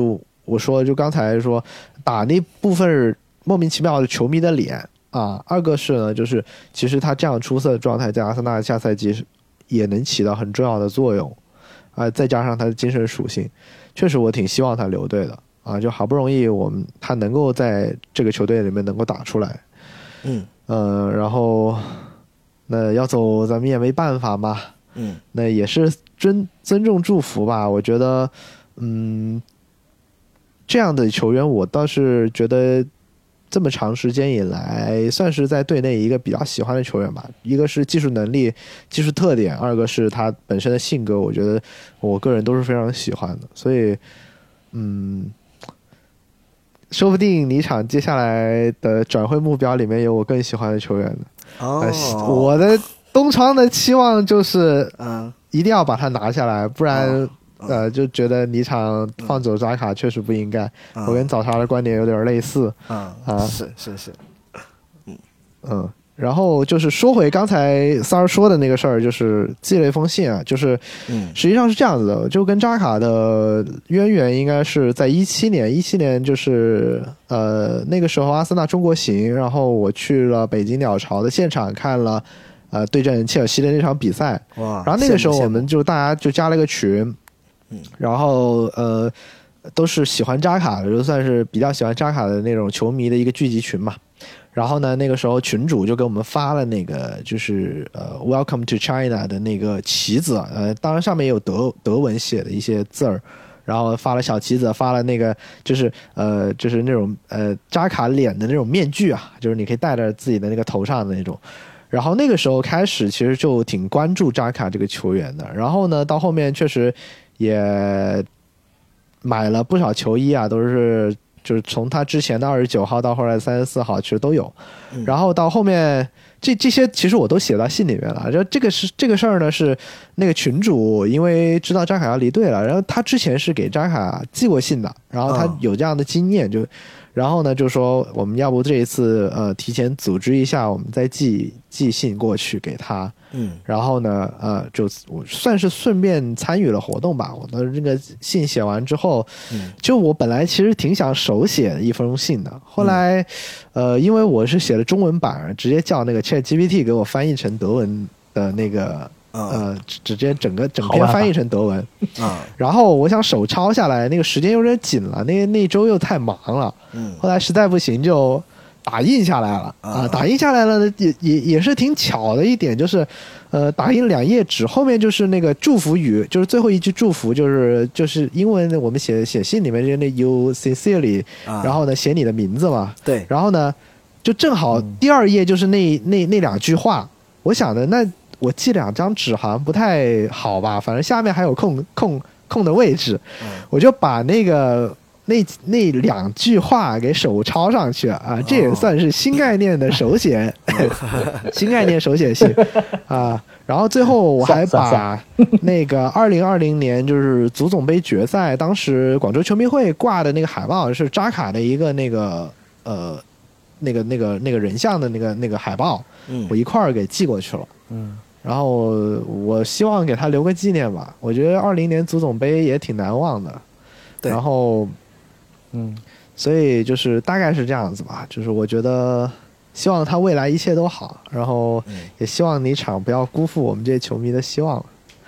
我说就刚才说打那部分莫名其妙的球迷的脸啊，二个是呢就是其实他这样出色的状态在阿森纳下赛季也能起到很重要的作用啊，再加上他的精神属性，确实我挺希望他留队的啊，就好不容易我们他能够在这个球队里面能够打出来， 嗯呃，然后那要走咱们也没办法嘛， 嗯， 那也是尊尊重祝福吧，我觉得嗯。这样的球员我倒是觉得这么长时间以来算是在队内一个比较喜欢的球员吧，一个是技术能力技术特点，二个是他本身的性格，我觉得我个人都是非常喜欢的，所以嗯，说不定尼场接下来的转会目标里面有我更喜欢的球员的哦、 呃、我的东窗的期望就是嗯， 一定要把他拿下来，不然、哦呃，就觉得尼场放走扎卡确实不应该，嗯、我跟早茶的观点有点类似。 啊、 嗯、啊， 是是是， 嗯嗯。然后就是说回刚才三儿说的那个事儿，就是寄了一封信啊，就是实际上是这样子的，就跟扎卡的渊源应该是在一七年，一七年就是呃那个时候阿森纳中国行，然后我去了北京鸟巢的现场看了呃对阵切尔西的那场比赛， 哇， 然后那个时候我们就大家就加了个群。然后呃，都是喜欢扎卡的，就算是比较喜欢扎卡的那种球迷的一个聚集群嘛。然后呢，那个时候群主就给我们发了那个就是呃 Welcome to China 的那个旗子，呃，当然上面也有德德文写的一些字儿，然后发了小旗子，发了那个就是呃就是那种呃扎卡脸的那种面具啊，就是你可以戴着自己的那个头上的那种。然后那个时候开始，其实就挺关注扎卡这个球员的。然后呢，到后面确实也买了不少球衣啊，都是就是从他之前的二十九号到后来三十四号，其实都有。然后到后面这这些其实我都写到信里面了。就这个是这个事儿呢，是那个群主因为知道扎卡要离队了，然后他之前是给扎卡寄过信的，然后他有这样的经验就。然后呢，就说我们要不这一次呃提前组织一下，我们再寄寄信过去给他。 嗯， 然后呢，呃，就我算是顺便参与了活动吧。我的这个信写完之后， 嗯， 就我本来其实挺想手写一封信的，后来，嗯、呃，因为我是写了中文版，直接叫那个 ChatGPT 给我翻译成德文的那个。呃，直接整个整篇翻译成德文啊， 然后我想手抄下来，那个时间有点紧了，那那周又太忙了， 嗯， 后来实在不行就打印下来了啊，打印下来了也也也是挺巧的一点，就是呃打印两页纸，后面就是那个祝福语，就是最后一句祝福，就是就是英文我们写写信里面就那 you sincerely，、啊、然后呢写你的名字嘛， 对， 然后呢就正好第二页就是那那那两句话，我想的那。我记两张纸好像不太好吧，反正下面还有空空空的位置， 嗯、 我就把那个那那两句话给手抄上去啊，这也算是新概念的手写，哦、新概念手写信啊。然后最后我还把那个二零二零年就是足总杯决赛，当时广州球迷会挂的那个海报是扎卡的一个那个呃那个那个那个人像的那个那个海报， 嗯， 我一块儿给寄过去了， 嗯。 然后我希望给他留个纪念吧，我觉得二零年足总杯也挺难忘的， 对， 然后， 嗯， 所以就是大概是这样子吧，就是我觉得希望他未来一切都好，然后也希望尼场不要辜负我们这些球迷的希望了，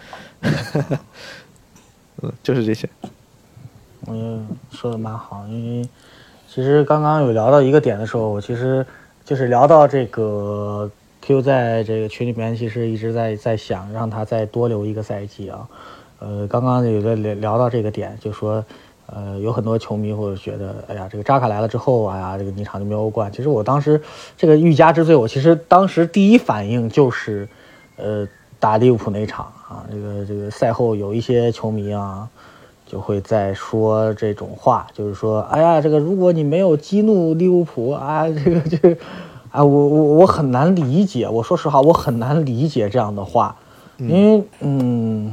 嗯，就是这些。 我觉得说的蛮好，因为其实刚刚有聊到一个点的时候，我其实就是聊到这个。Q 在这个群里面其实一直在在想让他再多留一个赛季啊，呃，刚刚有个聊到这个点，就说呃有很多球迷或者觉得，哎呀，这个扎卡来了之后，哎呀，这个尼场就没有欧冠。其实我当时这个欲加之罪，我其实当时第一反应就是，呃，打利物浦那一场啊，这个这个赛后有一些球迷啊就会在说这种话，就是说，哎呀，这个如果你没有激怒利物浦啊，这个这个。啊，我我我很难理解，我说实话，我很难理解这样的话，因为嗯，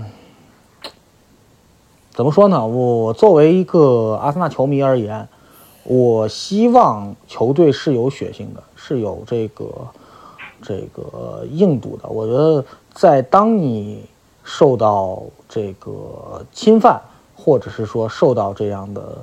怎么说呢？我作为一个阿森纳球迷而言，我希望球队是有血性的，是有这个这个硬度的。我觉得，在当你受到这个侵犯，或者是说受到这样的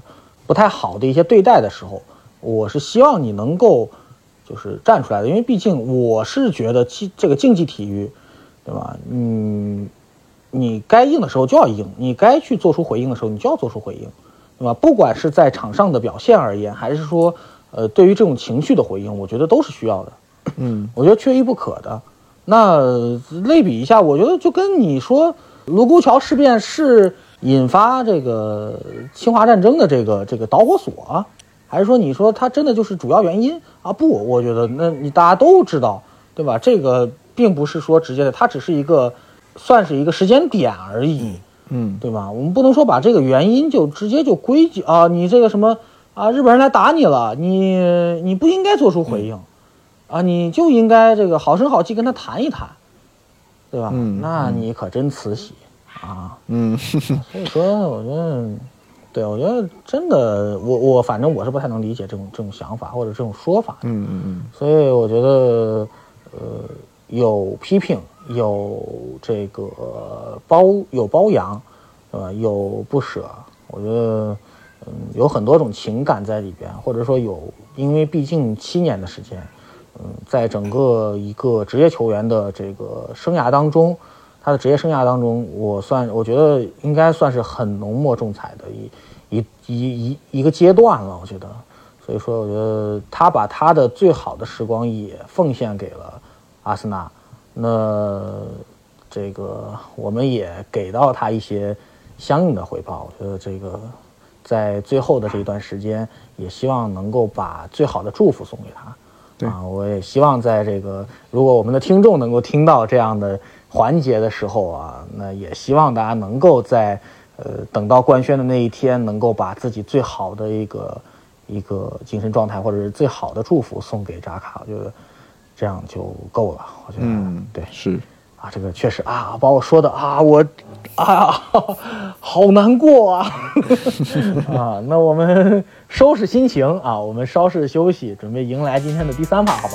不太好的一些对待的时候，我是希望你能够就是站出来的，因为毕竟我是觉得这个竞技体育，对吧？嗯，你该硬的时候就要硬，你该去做出回应的时候你就要做出回应，对吧？不管是在场上的表现而言，还是说呃对于这种情绪的回应，我觉得都是需要的。 嗯， 我觉得缺一不可的。那类比一下，我觉得就跟你说卢沟桥事变是引发这个侵华战争的这个这个导火索啊，还是说你说它真的就是主要原因啊？不，我觉得那你大家都知道，对吧？这个并不是说直接的，它只是一个算是一个时间点而已， 嗯， 对吧？我们不能说把这个原因就直接就归结啊，你这个什么啊，日本人来打你了，你你不应该做出回应。嗯啊，你就应该这个好声好气跟他谈一谈，对吧？ 嗯， 那你可真慈禧啊！ 嗯， 所以说，我觉得，对，我觉得真的，我我反正我是不太能理解这种这种想法或者这种说法。 嗯嗯嗯。 所以我觉得，呃，有批评，有这个包，有包养，对吧？有不舍，我觉得，嗯，有很多种情感在里边，或者说有，因为毕竟七年的时间。嗯，在整个一个职业球员的这个生涯当中，他的职业生涯当中，我算我觉得应该算是很浓墨重彩的一一一一一个阶段了，我觉得。所以说，我觉得他把他的最好的时光也奉献给了阿森纳，那这个我们也给到他一些相应的回报。我觉得这个在最后的这一段时间，也希望能够把最好的祝福送给他。啊，我也希望在这个如果我们的听众能够听到这样的环节的时候啊，那也希望大家能够在呃等到官宣的那一天，能够把自己最好的一个一个精神状态或者是最好的祝福送给扎卡，我觉得这样就够了。我觉得， 嗯， 对， 是啊，这个确实啊，把我说的啊，我啊，好难过啊啊！那我们收拾心情啊，我们稍事休息，准备迎来今天的第三趴，好吧？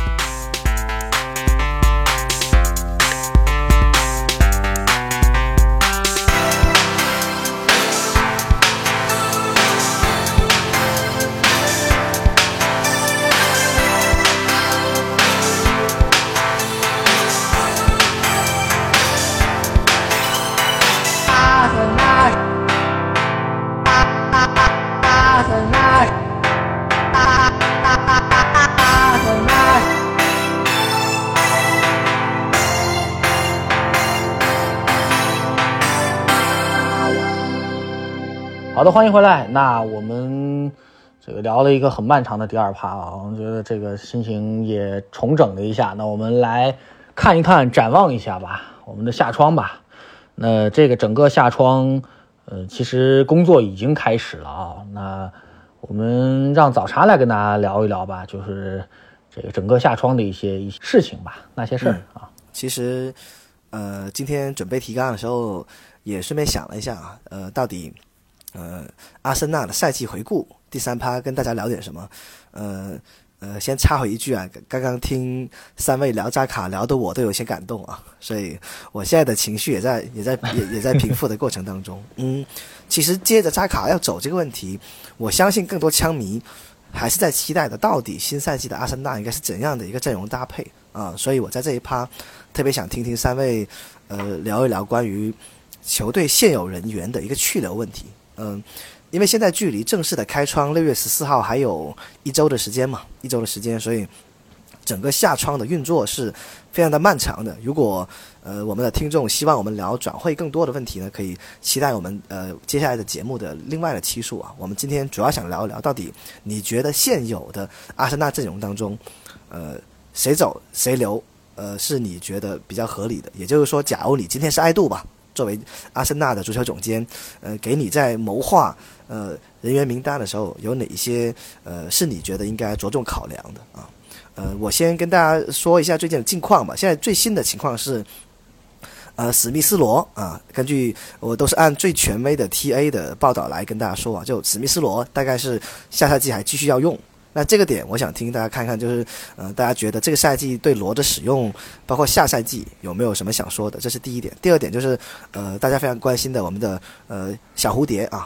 好的，欢迎回来。那我们这个聊了一个很漫长的第二趴啊，我觉得这个心情也重整了一下。那我们来看一看，展望一下吧，我们的夏窗吧。那这个整个夏窗，呃，其实工作已经开始了啊。那我们让早茶来跟大家聊一聊吧，就是这个整个夏窗的一些一些事情吧，那些事儿啊、嗯。 其实，呃，今天准备提纲的时候，也顺便想了一下啊，呃，到底。呃，阿森纳的赛季回顾第三趴跟大家聊点什么？呃呃，先插回一句啊，刚刚听三位聊扎卡聊的我都有些感动啊，所以我现在的情绪也在也在也也在平复的过程当中。嗯，其实接着扎卡要走这个问题，我相信更多枪迷还是在期待的，到底新赛季的阿森纳应该是怎样的一个阵容搭配啊？所以我在这一趴特别想听听三位呃聊一聊关于球队现有人员的一个去留问题。嗯，因为现在距离正式的开窗六月十四号还有一周的时间嘛，一周的时间，所以整个夏窗的运作是非常的漫长的。如果呃我们的听众希望我们聊转会更多的问题呢，可以期待我们呃接下来的节目的另外的期数啊。我们今天主要想聊一聊，到底你觉得现有的阿森纳阵容当中，呃谁走谁留，呃是你觉得比较合理的？也就是说，假如你今天是爱杜吧。作为阿森纳的足球总监，呃，给你在谋划呃人员名单的时候，有哪一些呃是你觉得应该着重考量的啊？呃，我先跟大家说一下最近的近况吧。现在最新的情况是，呃，史密斯罗啊，根据我都是按最权威的 T A 的报道来跟大家说啊，就史密斯罗大概是下赛季还继续要用。那这个点我想听大家看看，就是呃，大家觉得这个赛季对罗的使用，包括下赛季有没有什么想说的？这是第一点。第二点就是呃，大家非常关心的我们的呃小蝴蝶啊，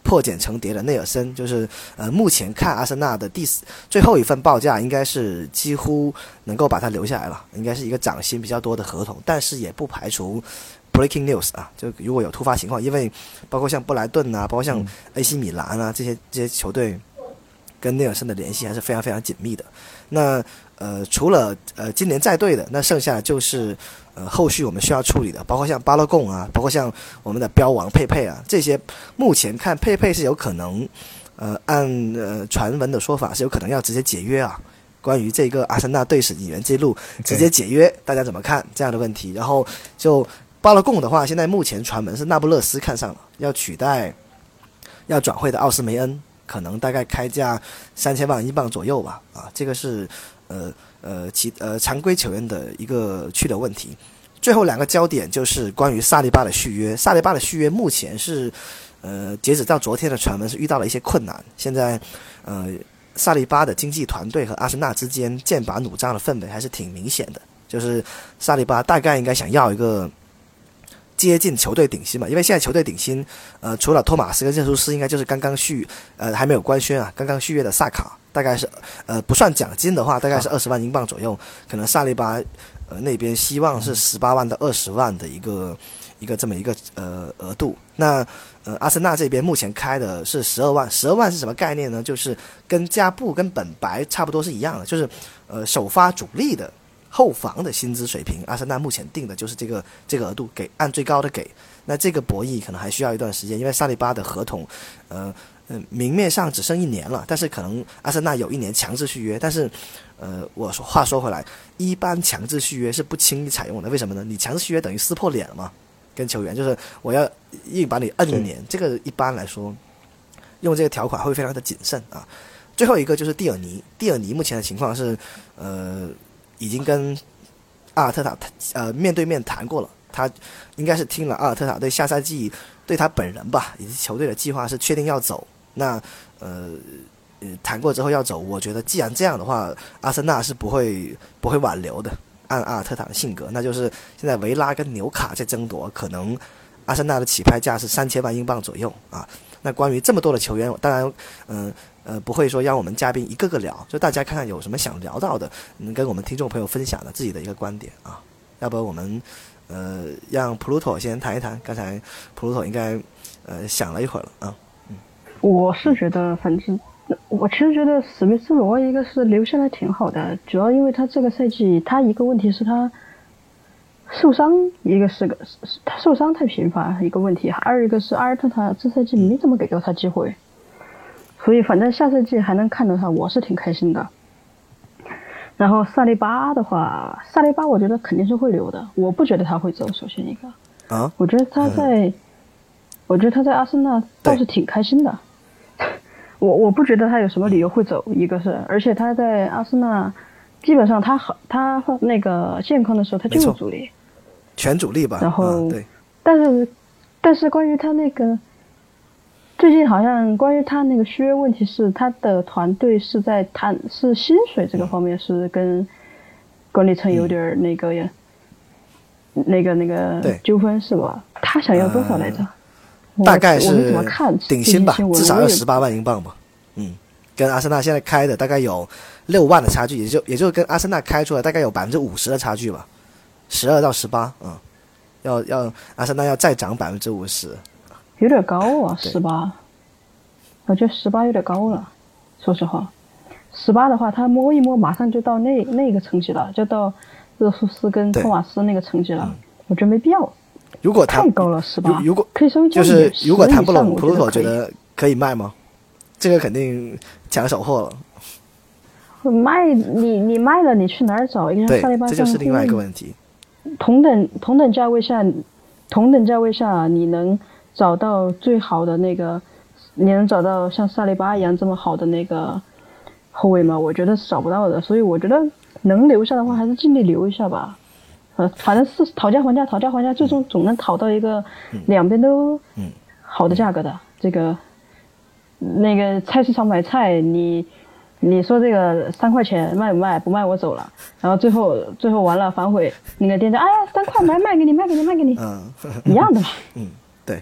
破茧成蝶的内尔森，就是呃目前看阿森纳的第四最后一份报价应该是几乎能够把他留下来了，应该是一个涨薪比较多的合同，但是也不排除 breaking news 啊，就如果有突发情况，因为包括像布莱顿啊，包括像 A C 米兰啊这些这些球队跟内尔森的联系还是非常非常紧密的。那呃除了呃今年在队的，那剩下的就是呃后续我们需要处理的，包括像巴勒贡啊，包括像我们的标王佩佩啊，这些目前看佩佩是有可能呃按呃传闻的说法是有可能要直接解约啊。关于这个阿森纳队史引援记录直接解约，大家怎么看这样的问题？然后就巴勒贡的话，现在目前传闻是那不勒斯看上了，要取代要转会的奥斯梅恩，可能大概开价三千万英镑左右吧。啊，这个是呃呃其呃常规球员的一个去留问题。最后两个焦点就是关于萨利巴的续约，萨利巴的续约目前是呃截止到昨天的传闻是遇到了一些困难，现在呃萨利巴的经纪团队和阿森纳之间剑拔弩张的氛围还是挺明显的，就是萨利巴大概应该想要一个接近球队顶薪嘛，因为现在球队顶薪，呃，除了托马斯跟热苏斯，应该就是刚刚续，呃，还没有官宣啊，刚刚续约的萨卡，大概是，呃，不算奖金的话，大概是二十万英镑左右，可能萨利巴，呃，那边希望是十八万到二十万的一个一个这么一个呃额度。那呃，阿森纳这边目前开的是十二万，十二万是什么概念呢？就是跟加布跟本白差不多是一样的，就是呃首发主力的后防的薪资水平，阿森纳目前定的就是这个这个额度，给按最高的给。那这个博弈可能还需要一段时间，因为萨利巴的合同，呃呃，明面上只剩一年了，但是可能阿森纳有一年强制续约，但是，呃，我说话说回来，一般强制续约是不轻易采用的，为什么呢？你强制续约等于撕破脸了嘛，跟球员就是我要硬把你摁一年，这个一般来说，用这个条款会非常的谨慎啊。最后一个就是蒂尔尼，蒂尔尼目前的情况是，呃。已经跟阿尔特塔呃面对面谈过了，他应该是听了阿尔特塔对下赛季对他本人吧以及球队的计划是确定要走。那呃谈过之后要走，我觉得既然这样的话，阿森纳是不会不会挽留的。按阿尔特塔的性格，那就是现在维拉跟纽卡在争夺，可能阿森纳的起拍价是三千万英镑左右啊。那关于这么多的球员，当然嗯。呃呃，不会说让我们嘉宾一个个聊，就大家看看有什么想聊到的，能跟我们听众朋友分享的自己的一个观点啊。要不我们呃让普鲁托先谈一谈，刚才普鲁托应该呃想了一会儿了啊。嗯， 我是觉得，反正我其实觉得史密斯罗一个是留下来挺好的，主要因为他这个赛季他一个问题是他受伤，一个是个他受伤太频繁一个问题，二一个是阿尔特塔这赛季没怎么给到他机会。所以反正下赛季还能看到他，我是挺开心的。然后萨利巴的话，萨利巴我觉得肯定是会留的，我不觉得他会走。首先一个啊， 我觉得他在，嗯、我觉得他在阿森纳倒是挺开心的。我我不觉得他有什么理由会走，一个是，而且他在阿森纳基本上他好，他那个健康的时候他就是主力， 全主力吧。 然后， 啊、对， 但是但是关于他那个。最近好像关于他那个续约问题是他的团队是在谈是薪水这个方面是跟管理层有点那个、嗯、那个那个纠纷是吧？他想要多少来着？ 呃、大概是我们怎么看顶薪吧，至少要十八万英镑吧。嗯，跟阿森纳现在开的大概有六万的差距，也就也就跟阿森纳开出来大概有百分之五十的差距吧，十二到十八，嗯，要要阿森纳要再涨百分之五十。 有点高啊，十八，我觉得十八有点高了。说实话，十八的话，他摸一摸，马上就到那那个层级了，就到热苏斯跟托马斯那个层级了。嗯、我觉得没必要。 如果太高了，十八， 如果可以稍微就是如果谈不拢， 普鲁托觉得可以卖吗？这个肯定抢手货了。卖你你卖了，你去哪儿找一个萨利巴？ 这就是另外一个问题。 同等同等价位下，同等价位下，你能找到最好的那个，你能找到像萨利巴一样这么好的那个后卫吗？我觉得是找不到的，所以我觉得能留下的话，还是尽力留一下吧。呃，反正是讨价还价，讨价还价，最终总能讨到一个两边都好的价格的。嗯、这个那个菜市场买菜，你你说这个三块钱卖不卖？不卖我走了。然后最后最后完了反悔，那个店家哎呀三块买卖给你卖给你卖给你，嗯，一样的嘛。 嗯。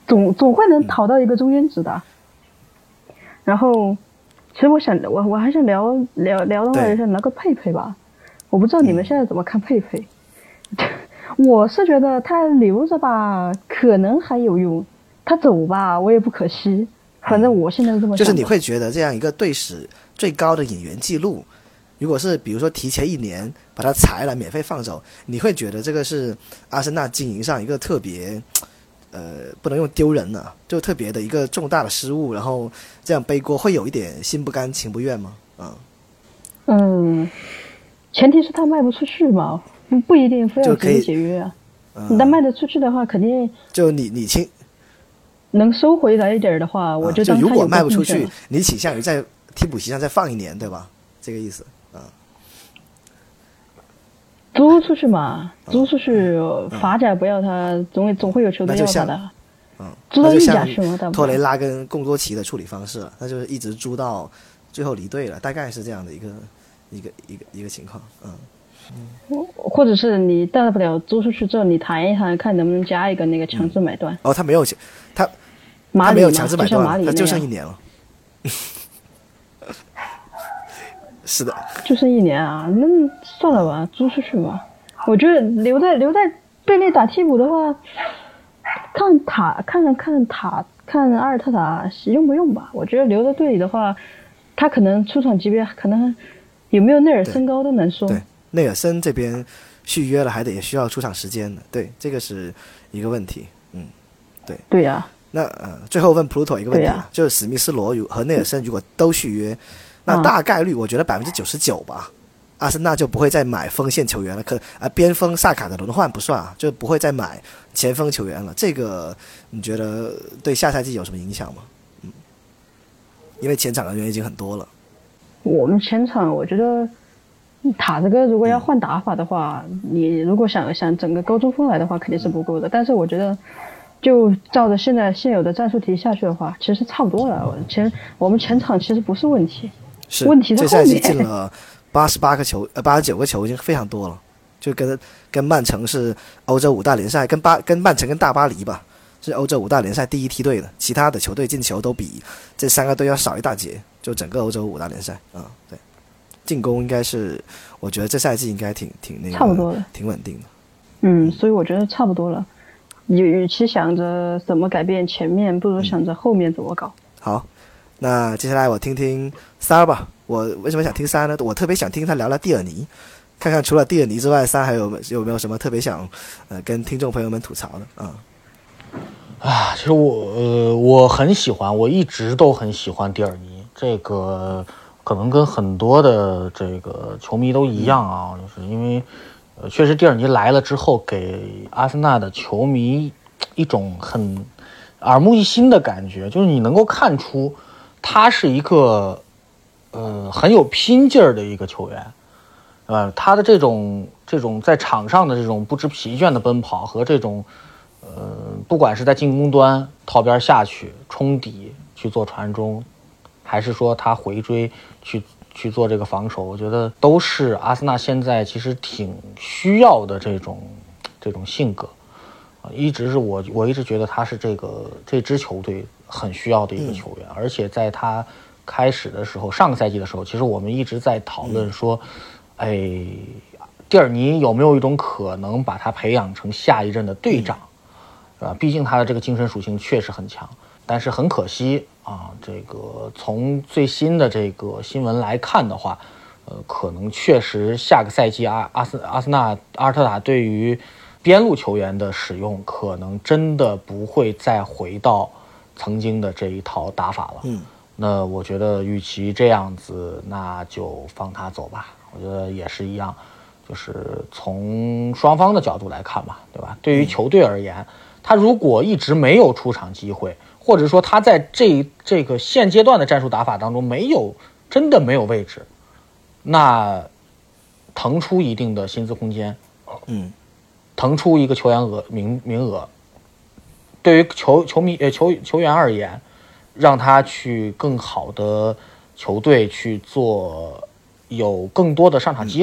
总总会能讨到一个中间值的。嗯、然后，其实我想我我还想聊聊聊的话，就是聊个佩佩吧。我不知道你们现在怎么看佩佩。嗯、我是觉得他留着吧，可能还有用；他走吧，我也不可惜。反正我现在是这么想。 就是你会觉得这样一个队史最高的引援记录，如果是比如说提前一年把它裁了免费放走，你会觉得这个是阿森纳经营上一个特别呃不能用丢人了、啊，就特别的一个重大的失误，然后这样背锅会有一点心不甘情不愿吗？嗯嗯，前提是他卖不出去嘛，不不一定非要直接解约啊。嗯、但卖得出去的话，肯定就你你倾能收回来一点的话，我就当他有就如果卖不出去，你倾向于在替补席上再放一年，对吧？这个意思啊。 租出去嘛，租出去，法甲不要他，总总会有球队要他的。 嗯， 租到意甲去吗？ 托雷拉跟贡多奇的处理方式了，那就是一直租到最后离队了，大概是这样的一个一个一个一个情况。嗯。 或者是你大不了租出去之后，你谈一谈，看能不能加一个那个强制买断。 嗯、哦，他没有，他他没有强制买断，他就剩一年了。是的， 就剩一年啊，那算了吧，租出去吧。我觉得留在留在队内打替补的话，看塔看看塔看阿尔特塔用不用吧。我觉得留在队里的话，他可能出场级别可能有没有内尔森高都难说。 对。对内尔森这边续约了，还得也需要出场时间的，对，这个是一个问题，嗯，对， 对呀、啊。 那呃，最后问普鲁托一个问题、啊，就是史密斯罗和内尔森如果都续约，那大概率我觉得百分之九十九吧，阿森纳就不会再买锋线球员了，可啊、呃、边锋萨卡的轮换不算啊，就不会再买前锋球员了。这个你觉得对下赛季有什么影响吗？嗯，因为前场人员已经很多了。 我们前场我觉得。塔这个如果要换打法的话、嗯、你如果想想整个高中锋来的话肯定是不够的，但是我觉得就照着现在现有的战术体下去的话其实差不多了。前我们前场其实不是问题， 是问题在后面。 这赛季进了八十八个球呃八十九个球已经非常多了，就跟跟曼城是欧洲五大联赛跟巴跟曼城跟大巴黎吧是欧洲五大联赛第一梯队的，其他的球队进球都比这三个队要少一大截，就整个欧洲五大联赛啊、嗯、对。进攻应该是，我觉得这赛季应该挺挺那个， 差不多了， 挺稳定的。 嗯，所以我觉得差不多了。与与其想着怎么改变前面，不如想着后面怎么搞。 嗯、好，那接下来我听听三儿吧。我为什么想听三呢？我特别想听他聊聊蒂尔尼，看看除了蒂尔尼之外，三还有有没有什么特别想呃跟听众朋友们吐槽的啊？ 啊，其实我呃我很喜欢，我一直都很喜欢蒂尔尼这个。可能跟很多的这个球迷都一样啊，嗯、就是因为，呃，确实蒂尔尼来了之后，给阿森纳的球迷一种很耳目一新的感觉，就是你能够看出他是一个呃很有拼劲儿的一个球员，呃，他的这种这种在场上的这种不知疲倦的奔跑和这种呃，不管是在进攻端套边下去冲底去做传中。还是说他回追去去做这个防守，我觉得都是阿森纳现在其实挺需要的这种这种性格啊，一直是我我一直觉得他是这个这支球队很需要的一个球员，嗯、而且在他开始的时候，上个赛季的时候，其实我们一直在讨论说，嗯、哎，蒂尔尼有没有一种可能把他培养成下一任的队长，是吧？毕竟他的这个精神属性确实很强，但是很可惜。啊，这个从最新的这个新闻来看的话，呃，可能确实下个赛季阿阿森阿森纳阿尔特塔对于边路球员的使用，可能真的不会再回到曾经的这一套打法了。 嗯， 那我觉得与其这样子，那就放他走吧。我觉得也是一样，就是从双方的角度来看嘛，对吧？对于球队而言，他如果一直没有出场机会。或者说他在这这个现阶段的战术打法当中没有真的没有位置，那腾出一定的薪资空间， 嗯， 腾出一个球员额名名额，对于球球迷呃球球员而言，让他去更好的球队去做，有更多的上场机会，嗯、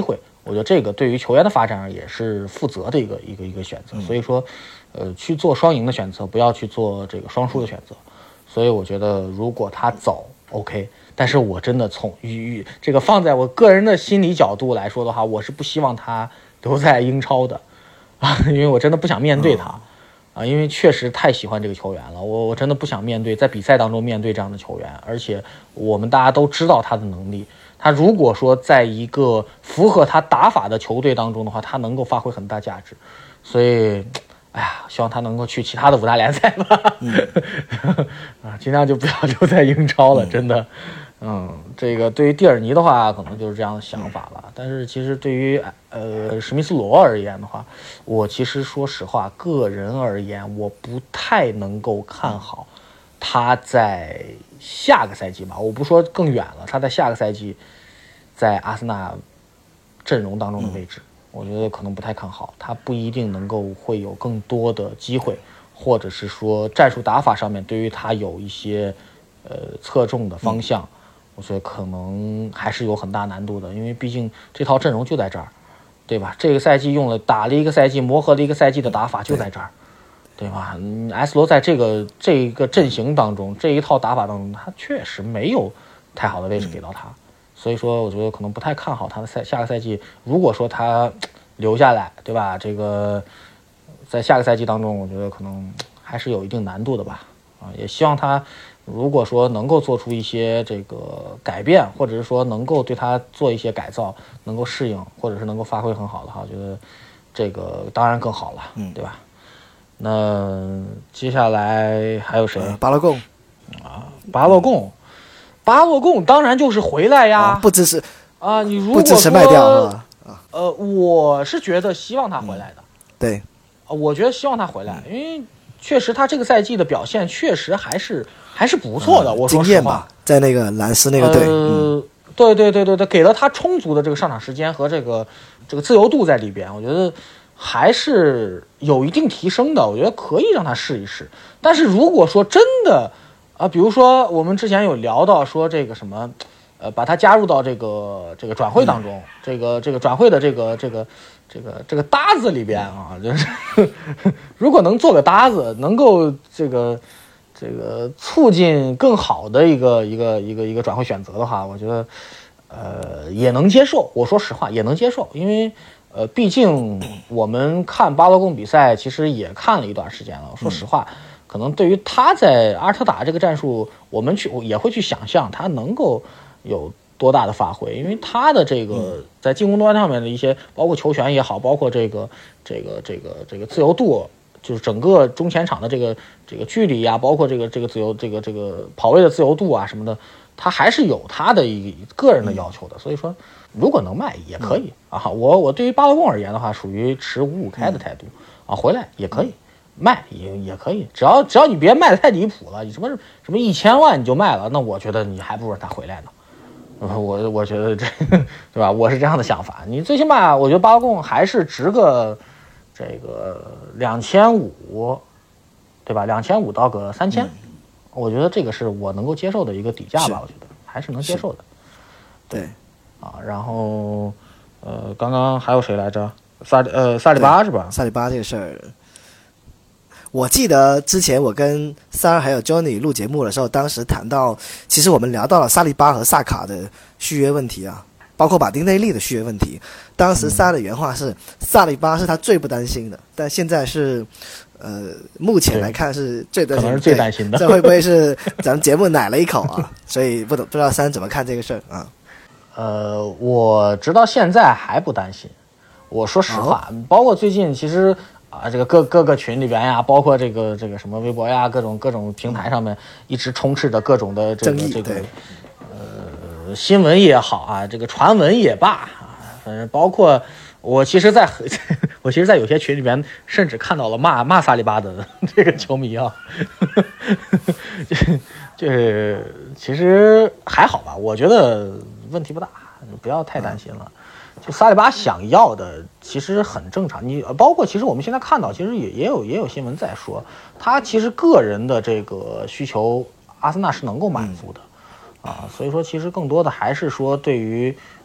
我觉得这个对于球员的发展也是负责的一个一个一个选择。所以说，呃，去做双赢的选择，不要去做这个双输的选择。所以我觉得，如果他走 ，OK。但是我真的从与这个放在我个人的心理角度来说的话，我是不希望他留在英超的啊，因为我真的不想面对他啊，因为确实太喜欢这个球员了，我我真的不想面对在比赛当中面对这样的球员，而且我们大家都知道他的能力，他如果说在一个符合他打法的球队当中的话，他能够发挥很大价值，所以。哎呀，希望他能够去其他的五大联赛吧，嗯、啊，尽量就不要留在英超了，真的。嗯，这个对于蒂尔尼的话，可能就是这样的想法了。但是其实对于呃史密斯罗而言的话，我其实说实话，个人而言，我不太能够看好他在下个赛季吧，我不说更远了，他在下个赛季在阿森纳阵容当中的位置。嗯，我觉得可能不太看好，他不一定能够会有更多的机会，或者是说战术打法上面对于他有一些呃侧重的方向，我觉得可能还是有很大难度的，因为毕竟这套阵容就在这儿，对吧？这个赛季用了打了一个赛季，磨合了一个赛季的打法就在这儿，对吧？嗯 S 罗在这个这个阵型当中，这一套打法当中，他确实没有太好的位置给到他。所以说，我觉得可能不太看好他的赛下个赛季。如果说他留下来，对吧？这个在下个赛季当中，我觉得可能还是有一定难度的吧。啊，也希望他如果说能够做出一些这个改变，或者是说能够对他做一些改造，能够适应，或者是能够发挥很好的话，我觉得这个当然更好了，嗯，对吧？那接下来还有谁？ 呃、巴洛贡啊，巴洛贡。巴洛贡当然就是回来呀， 啊、不支持啊！你如果说不支持卖掉是吧？ 呃，我是觉得希望他回来的。 嗯、对， 啊，我觉得希望他回来，因为确实他这个赛季的表现确实还是还是不错的。 嗯、 我说实话， 在那个兰斯那个队， 呃， 嗯、 对对对对对，给了他充足的这个上场时间和这个这个自由度在里边，我觉得还是有一定提升的。我觉得可以让他试一试。但是如果说真的，啊，比如说我们之前有聊到说这个什么，呃，把它加入到这个这个转会当中，嗯、这个这个转会的这个这个这个这个搭子里边啊，就是如果能做个搭子，能够这个这个促进更好的一个一个一个一个转会选择的话，我觉得呃也能接受。我说实话也能接受，因为呃毕竟我们看巴洛贡比赛其实也看了一段时间了，说实话。嗯，可能对于他在阿尔特塔这个战术，我们去也会去想象他能够有多大的发挥，因为他的这个在进攻端上面的一些，包括球权也好，包括这个这个这个这个自由度，就是整个中前场的这个这个距离啊，包括这个这个自由这个这个跑位的自由度啊什么的，他还是有他的一个人的要求的。所以说，如果能卖也可以啊。我我对于巴洛贡而言的话，属于持五五开的态度啊，回来也可以。卖也也可以，只要只要你别卖的太离谱了，你什么什么一千万你就卖了，那我觉得你还不如让他回来呢。我我觉得这对吧？我是这样的想法。你最起码我觉得巴洛贡还是值个这个两千五，对吧？两千五到个三千，嗯，我觉得这个是我能够接受的一个底价吧。我觉得还是能接受的。 对啊，然后呃，刚刚还有谁来着？萨呃萨里巴是吧？ 萨里巴这个事儿。我记得之前我跟三儿还有 Johnny 录节目的时候，当时谈到，其实我们聊到了萨利巴和萨卡的续约问题啊，包括马丁内利的续约问题。当时三儿的原话是，萨利巴是他最不担心的，但现在是，呃，目前来看是最担心的， 可能是最担心的。 这会不会是咱们节目奶了一口啊？所以不懂，不知道三儿怎么看这个事儿啊？ 呃，我直到现在还不担心。我说实话，哦、包括最近其实。啊，这个各各个群里边呀，包括这个这个什么微博呀，各种各种平台上面一直充斥着各种的这个这个呃新闻也好啊，这个传闻也罢啊，反正包括我其实在我其实，在有些群里边甚至看到了骂骂萨利巴的这个球迷啊，就是其实还好吧，我觉得问题不大，不要太担心了。就萨利巴想要的其实很正常，你包括其实我们现在看到，其实也也有也有新闻在说，他其实个人的这个需求，阿森纳是能够满足的，啊，所以说其实更多的还是说对于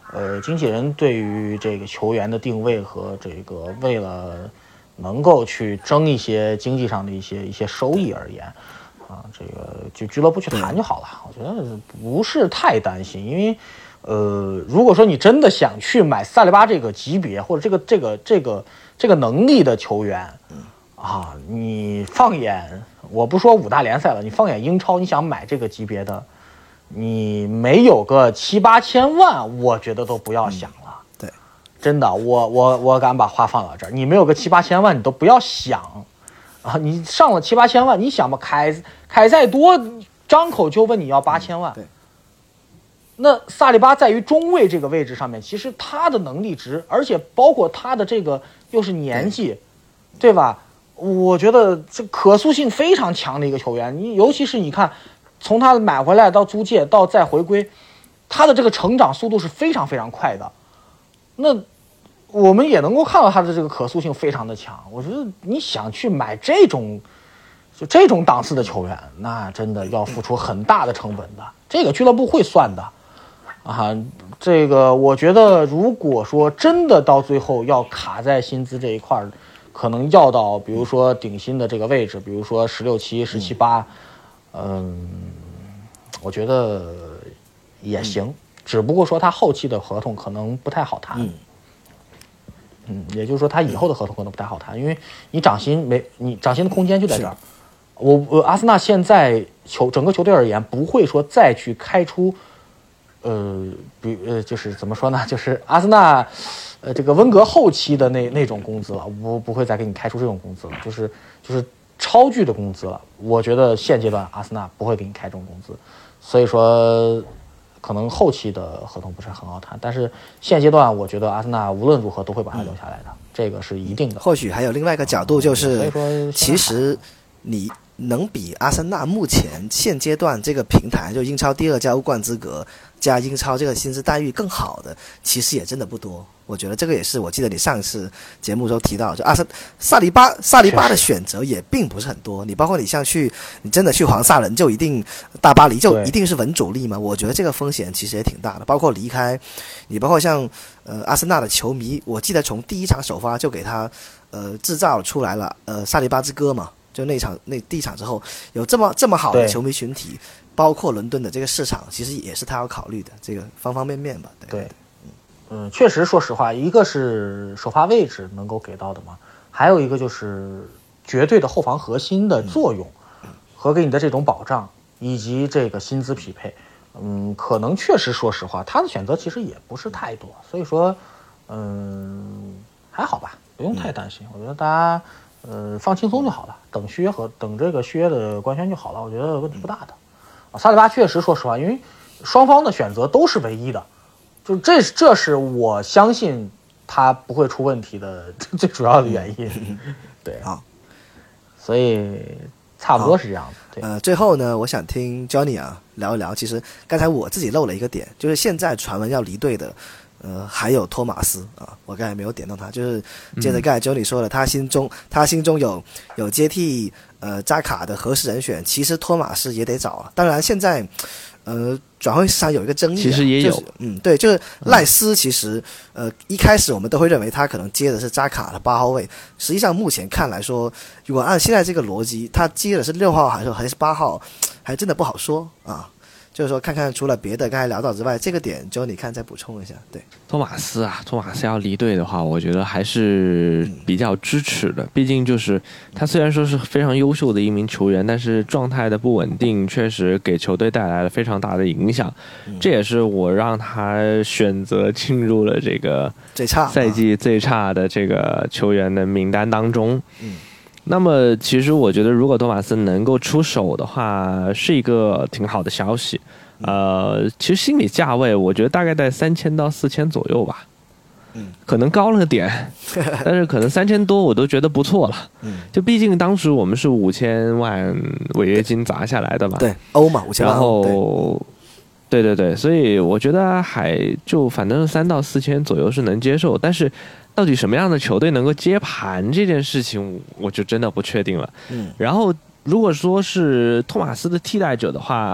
呃，经纪人对于这个球员的定位和这个为了能够去争一些经济上的一些一些收益而言，啊，这个就俱乐部去谈就好了。我觉得不是太担心，因为呃，如果说你真的想去买萨利巴这个级别或者这个这个这个这个能力的球员，啊，你放眼我不说五大联赛了，你放眼英超，你想买这个级别的。你没有个七八千万，我觉得都不要想了。嗯、 对， 真的，我我我敢把话放到这儿，你没有个七八千万，你都不要想啊！你上了七八千万，你想吧，凯凯塞多张口就问你要八千万。 嗯、对， 那萨利巴在于中卫这个位置上面，其实他的能力值，而且包括他的这个又是年纪，对, 对吧？我觉得这可塑性非常强的一个球员，你尤其是你看。从他买回来到租借到再回归，他的这个成长速度是非常非常快的。那我们也能够看到他的这个可塑性非常的强。我觉得你想去买这种就这种档次的球员，那真的要付出很大的成本的。这个俱乐部会算的啊。这个我觉得，如果说真的到最后要卡在薪资这一块，可能要到比如说顶薪的这个位置，比如说十六七、十七八。嗯，我觉得也行，嗯、只不过说他后期的合同可能不太好谈。嗯，嗯，也就是说他以后的合同可能不太好谈，因为你涨薪没，你涨薪的空间就在这儿。我我阿森纳现在球整个球队而言，不会说再去开出，呃，比呃就是怎么说呢，就是阿森纳，呃这个温格后期的那那种工资了，不不会再给你开出这种工资了，就是就是。超巨的工资了，我觉得现阶段阿森纳不会给你开这种工资，所以说可能后期的合同不是很好谈，但是现阶段我觉得阿森纳无论如何都会把他留下来的，嗯、这个是一定的。 或许还有另外一个角度就是，嗯、其实你能比阿森纳目前现阶段这个平台，就英超第二加欧冠资格加英超这个薪资待遇更好的，其实也真的不多。我觉得这个也是我记得你上次节目中提到，就阿森萨利巴萨利巴的选择也并不是很多。你包括你像去你真的去黄萨人就一定大巴黎就一定是稳主力吗？我觉得这个风险其实也挺大的。包括离开你，包括像呃阿森纳的球迷，我记得从第一场首发就给他呃制造出来了呃萨利巴之歌嘛。就那场那第一场之后，有这么这么好的球迷群体，包括伦敦的这个市场，其实也是他要考虑的，这个方方面面吧。对， 对嗯，确实，说实话，一个是首发位置能够给到的嘛，还有一个就是绝对的后防核心的作用和给你的这种保障，以及这个薪资匹配。嗯，可能确实，说实话，他的选择其实也不是太多，所以说，嗯，还好吧，不用太担心。我觉得大家。呃，放轻松就好了，等续约和等这个续约的官宣就好了，我觉得问题不大的。啊，萨利巴确实，说实话，因为双方的选择都是唯一的，就这这是我相信他不会出问题的最主要的原因。对， 好， 所以差不多是这样的。 呃，最后呢，我想听 Johnny 啊聊一聊，其实刚才我自己漏了一个点，就是现在传闻要离队的。呃，还有托马斯啊，我刚才没有点到他，就是接着刚才 Johnny 说了，他心中他心中有有接替呃扎卡的合适人选，其实托马斯也得找啊。当然现在呃转会市场有一个争议、啊， 其实也有， 就是、嗯对，就是赖斯其实呃一开始我们都会认为他可能接的是扎卡的八号位，实际上目前看来说，如果按现在这个逻辑，他接的是六号还是还是八号，还真的不好说啊。就是说，看看除了别的刚才聊到之外，这个点就你看再补充一下。对， 托马斯啊，托马斯要离队的话，我觉得还是比较支持的。毕竟就是他虽然说是非常优秀的一名球员，但是状态的不稳定确实给球队带来了非常大的影响。这也是我让他选择进入了这个最差赛季最差的这个球员的名单当中。 嗯。 那么其实我觉得如果托马斯能够出手的话是一个挺好的消息。呃其实心理价位我觉得大概在三千到四千左右吧。 嗯， 可能高了点，但是可能三千多我都觉得不错了。 嗯， 就毕竟当时我们是五千万违约金砸下来的嘛。 对，欧嘛五千万。 然后对对对，所以我觉得还就反正三到四千左右是能接受，但是到底什么样的球队能够接盘这件事情，我就真的不确定了。 嗯， 然后如果说是托马斯的替代者的话，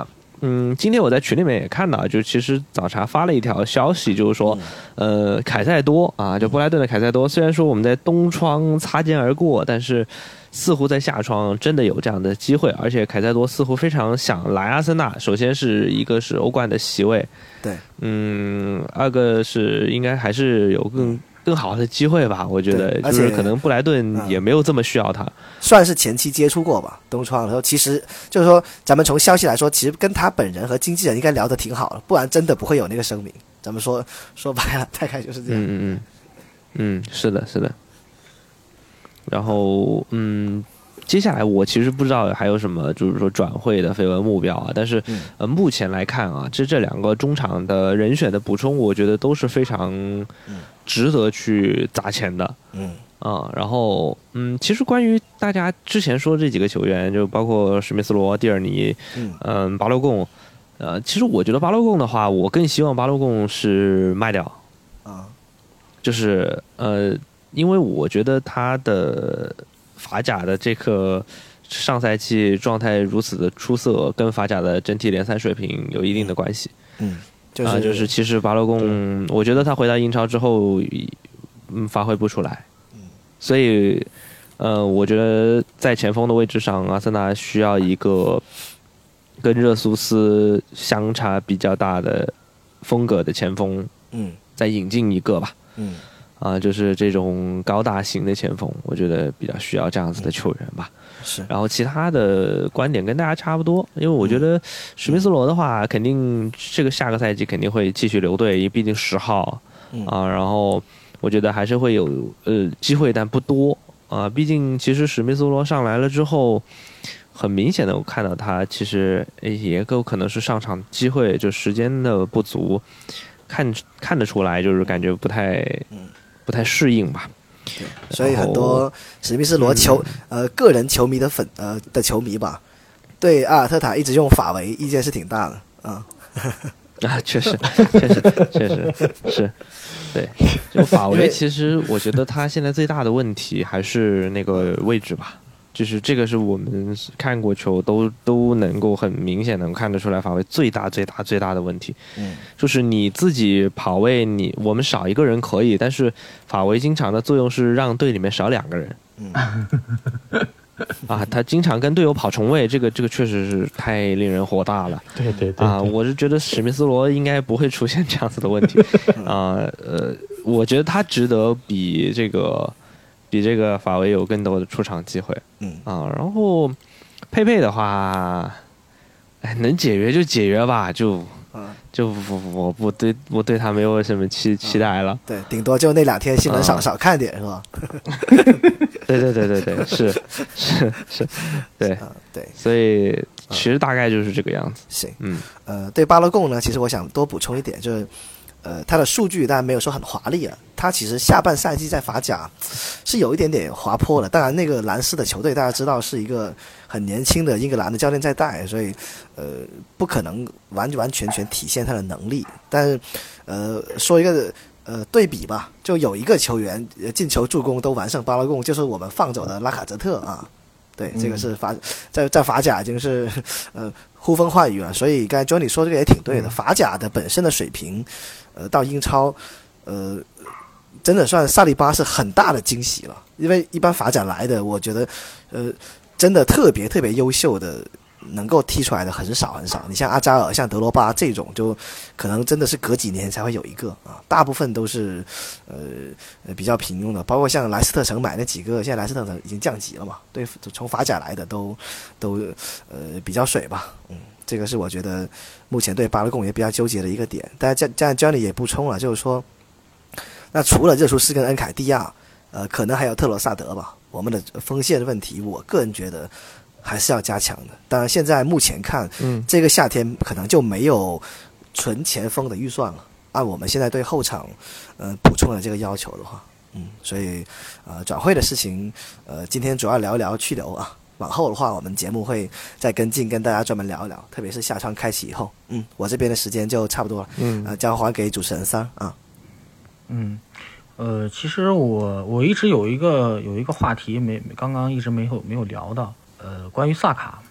嗯，今天我在群里面也看到，就其实早茶发了一条消息，就是说，呃，凯塞多啊，就布莱顿的凯塞多，虽然说我们在东窗擦肩而过，但是似乎在夏窗真的有这样的机会，而且凯塞多似乎非常想来阿森纳。首先是一个是欧冠的席位， 对， 嗯，二个是应该还是有更更好的机会吧，我觉得就是可能布莱顿也没有这么需要他，嗯、 算是前期接触过吧，东窗的时候，其实就是说咱们从消息来说，其实跟他本人和经纪人应该聊得挺好的，不然真的不会有那个声明。咱们说说白了，大概就是这样。 嗯嗯嗯，嗯，是的，是的。然后嗯。接下来我其实不知道还有什么，就是说转会的绯闻目标啊。但是，呃，目前来看啊，这这两个中场的人选的补充，我觉得都是非常值得去砸钱的。 嗯啊，然后嗯，其实关于大家之前说这几个球员，就包括史密斯罗、蒂尔尼，嗯、呃，巴洛贡，呃，其实我觉得巴洛贡的话，我更希望巴洛贡是卖掉啊， 就是呃，因为我觉得他的。法甲的这个上赛季状态如此的出色，跟法甲的整体联赛水平有一定的关系。 嗯，就是、 啊、就是其实巴洛贡，我觉得他回到英超之后，嗯，发挥不出来。嗯，所以，呃，我觉得在前锋的位置上，阿森纳需要一个跟热苏斯相差比较大的风格的前锋。 嗯， 再引进一个吧。 嗯。 啊，就是这种高大型的前锋，我觉得比较需要这样子的球员吧。 是， 然后其他的观点跟大家差不多，因为我觉得史密斯罗的话，肯定这个下个赛季肯定会继续留队，因为毕竟十号啊。然后我觉得还是会有呃机会，但不多啊。毕竟其实史密斯罗上来了之后，很明显的我看到他其实也有可能是上场机会就时间的不足，看看得出来就是感觉不太。不太适应吧， 对，所以很多史密斯罗球、嗯、呃个人球迷的粉呃的球迷吧，对阿尔特塔一直用法维意见是挺大的啊。 啊，确实，确实，确实是，对，就法维其实我觉得他现在最大的问题还是那个位置吧。就是这个是我们看过球都都能够很明显能看得出来法维最大最大最大的问题， 嗯， 就是你自己跑位你我们少一个人可以，但是法维经常的作用是让队里面少两个人， 嗯， 啊，他经常跟队友跑重位，这个这个确实是太令人火大了， 对对 对, 对啊，我是觉得史密斯罗应该不会出现这样子的问题，啊，呃，我觉得他值得比这个。比这个法维有更多的出场机会， 嗯啊，然后佩佩的话，哎，能解约就解约吧，就就我我不对我对他没有什么期期待了， 对，顶多就那两天新闻少、啊、少看点是吧？ 对对对对对，是是是，对、 啊、对， 所以其实大概就是这个样子。 行， 嗯， 呃，对巴洛贡呢，其实我想多补充一点，就是。呃，他的数据当然没有说很华丽啊，他其实下半赛季在法甲是有一点点滑坡了。当然，那个兰斯的球队大家知道是一个很年轻的英格兰的教练在带，所以呃不可能完完全全体现他的能力。但是呃说一个呃对比吧，就有一个球员进球助攻都完胜巴洛贡，就是我们放走的拉卡泽特啊。对，这个是法在在法甲已经是呃呼风唤雨了。所以刚才 Johnny 说这个也挺对的，法甲的本身的水平。呃，到英超，呃，真的算萨利巴是很大的惊喜了。因为一般法甲来的，我觉得，呃，真的特别特别优秀的，能够踢出来的很少很少。你像阿扎尔、像德罗巴这种，就可能真的是隔几年才会有一个啊。大部分都是呃比较平庸的，包括像莱斯特城买那几个，现在莱斯特城已经降级了嘛。对，从法甲来的都都呃比较水吧，嗯。这个是我觉得目前对巴勒贡也比较纠结的一个点，但是这样 Johnny 也补充了，就是说，那除了热苏斯跟恩凯蒂亚，呃，可能还有特罗萨德吧，我们的锋线问题，我个人觉得还是要加强的。当然，现在目前看， 嗯， 这个夏天可能就没有纯前锋的预算了。按我们现在对后场，呃，补充的这个要求的话，嗯，所以呃，转会的事情，呃，今天主要聊一聊去留啊。往后的话，我们节目会再跟进，跟大家专门聊一聊，特别是夏窗开启以后。嗯，我这边的时间就差不多了。 嗯， 呃，交还给主持人三啊。 嗯，呃，其实我我一直有一个有一个话题没刚刚一直没有没有聊到，呃，关于萨卡。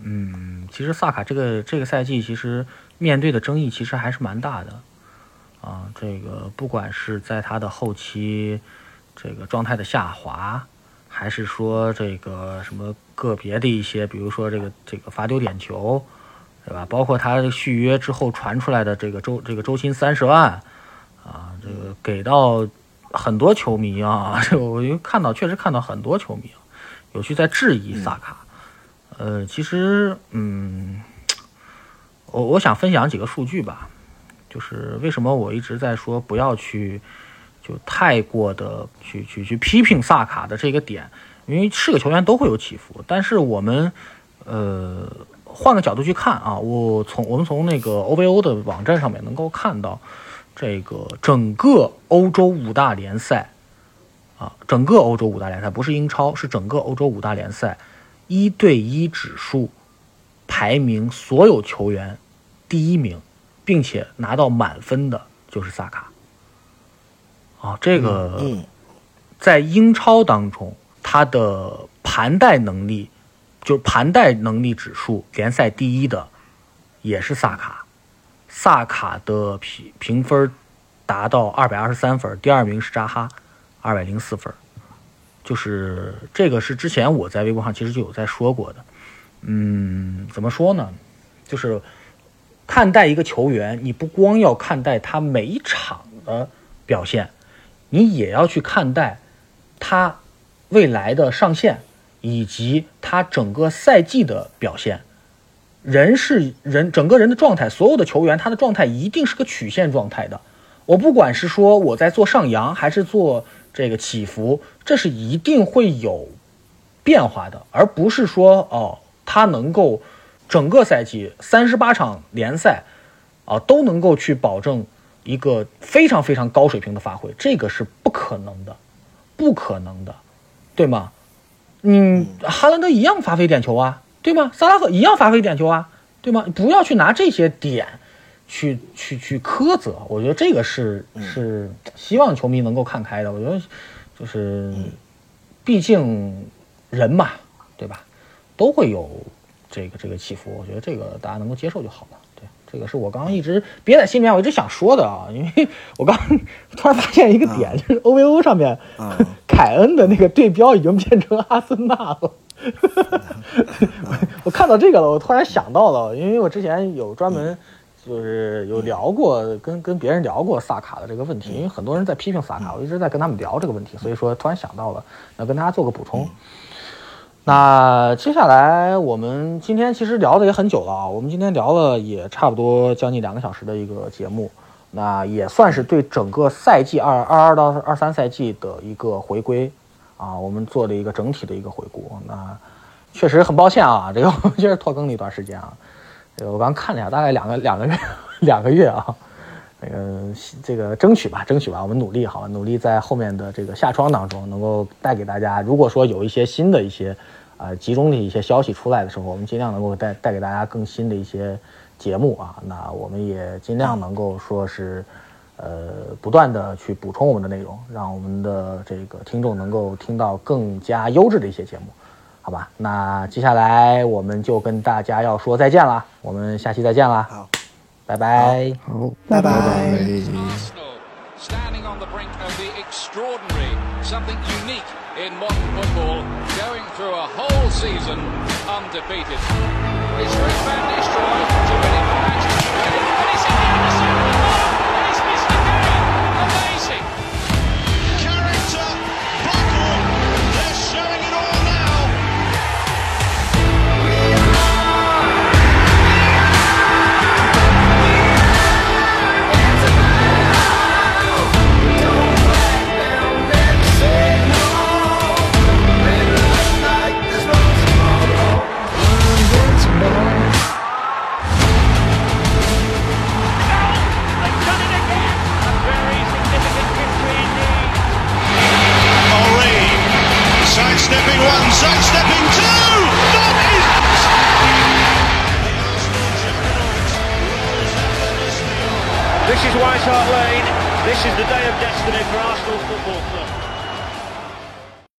嗯，其实萨卡这个这个赛季其实面对的争议其实还是蛮大的啊。这个不管是在他的后期这个状态的下滑，还是说这个什么个别的一些，比如说这个这个罚丢点球，对吧？包括他续约之后传出来的这个周这个周薪三十万啊，这个给到很多球迷啊，这个我就看到确实看到很多球迷有去在质疑萨卡。呃，其实，嗯，我我想分享几个数据吧，就是为什么我一直在说不要去就太过的去去去批评萨卡的这个点，因为是个球员都会有起伏，但是我们呃换个角度去看啊，我从我们从那个 O V O 的网站上面能够看到，这个整个欧洲五大联赛啊，整个欧洲五大联赛不是英超，是整个欧洲五大联赛。一对一指数排名所有球员第一名，并且拿到满分的就是萨卡。啊，这个在英超当中，他的盘带能力，就是盘带能力指数联赛第一的也是萨卡。萨卡的评评分达到二百二十三分，第二名是扎哈，二百零四分。就是这个是之前我在微博上其实就有在说过的，嗯，怎么说呢？就是看待一个球员，你不光要看待他每一场的表现，你也要去看待他未来的上限以及他整个赛季的表现。人是人，整个人的状态，所有的球员他的状态一定是个曲线状态的。我不管是说我在做上扬还是做这个起伏，这是一定会有变化的，而不是说哦，他能够整个赛季三十八场联赛啊都能够去保证一个非常非常高水平的发挥，这个是不可能的，不可能的，对吗？嗯，哈兰德一样发挥点球啊，对吗？萨拉赫一样发挥点球啊，对吗？不要去拿这些点去去去苛责，我觉得这个是是希望球迷能够看开的。我觉得就是，毕竟人嘛，对吧？都会有这个这个起伏，我觉得这个大家能够接受就好了。对，这个是我刚刚一直憋在心里面，我一直想说的啊，因为我刚突然发现一个点，啊、就是 O V O 上面、啊、凯恩的那个对标已经变成阿森纳了。我看到这个了，我突然想到了，因为我之前有专门。就是有聊过，跟跟别人聊过萨卡的这个问题，因为很多人在批评萨卡，我一直在跟他们聊这个问题，所以说突然想到了，要跟大家做个补充。那接下来我们今天其实聊的也很久了啊，我们今天聊了也差不多将近两个小时的一个节目，那也算是对整个赛季二二二到二三赛季的一个回归啊，我们做了一个整体的一个回顾。那确实很抱歉啊，这个确实拖更了一段时间啊。我刚看了一下，大概两个两个月，两个月啊，那个这个争取吧，争取吧，我们努力好吧，努力在后面的这个下窗当中，能够带给大家。如果说有一些新的一些啊、呃、集中的一些消息出来的时候，我们尽量能够带带给大家更新的一些节目啊。那我们也尽量能够说是呃不断的去补充我们的内容，让我们的这个听众能够听到更加优质的一些节目。好吧，那接下来我们就跟大家要说再见了，我们下期再见啦。 好， 拜拜。 好，拜拜。 Standing on the brink of the extraordinary, something unique in modern football, going through a whole season undefeated. It's Ruud van Nistelrooy to win it for Manchester United, and it's in the other side of the ball, and it's missed again. Amazing. Character, buckle, they're showing it all now. Sidestepping one, sidestepping two! That is... This is White Hart Lane. This is the day of destiny for Arsenal Football Club.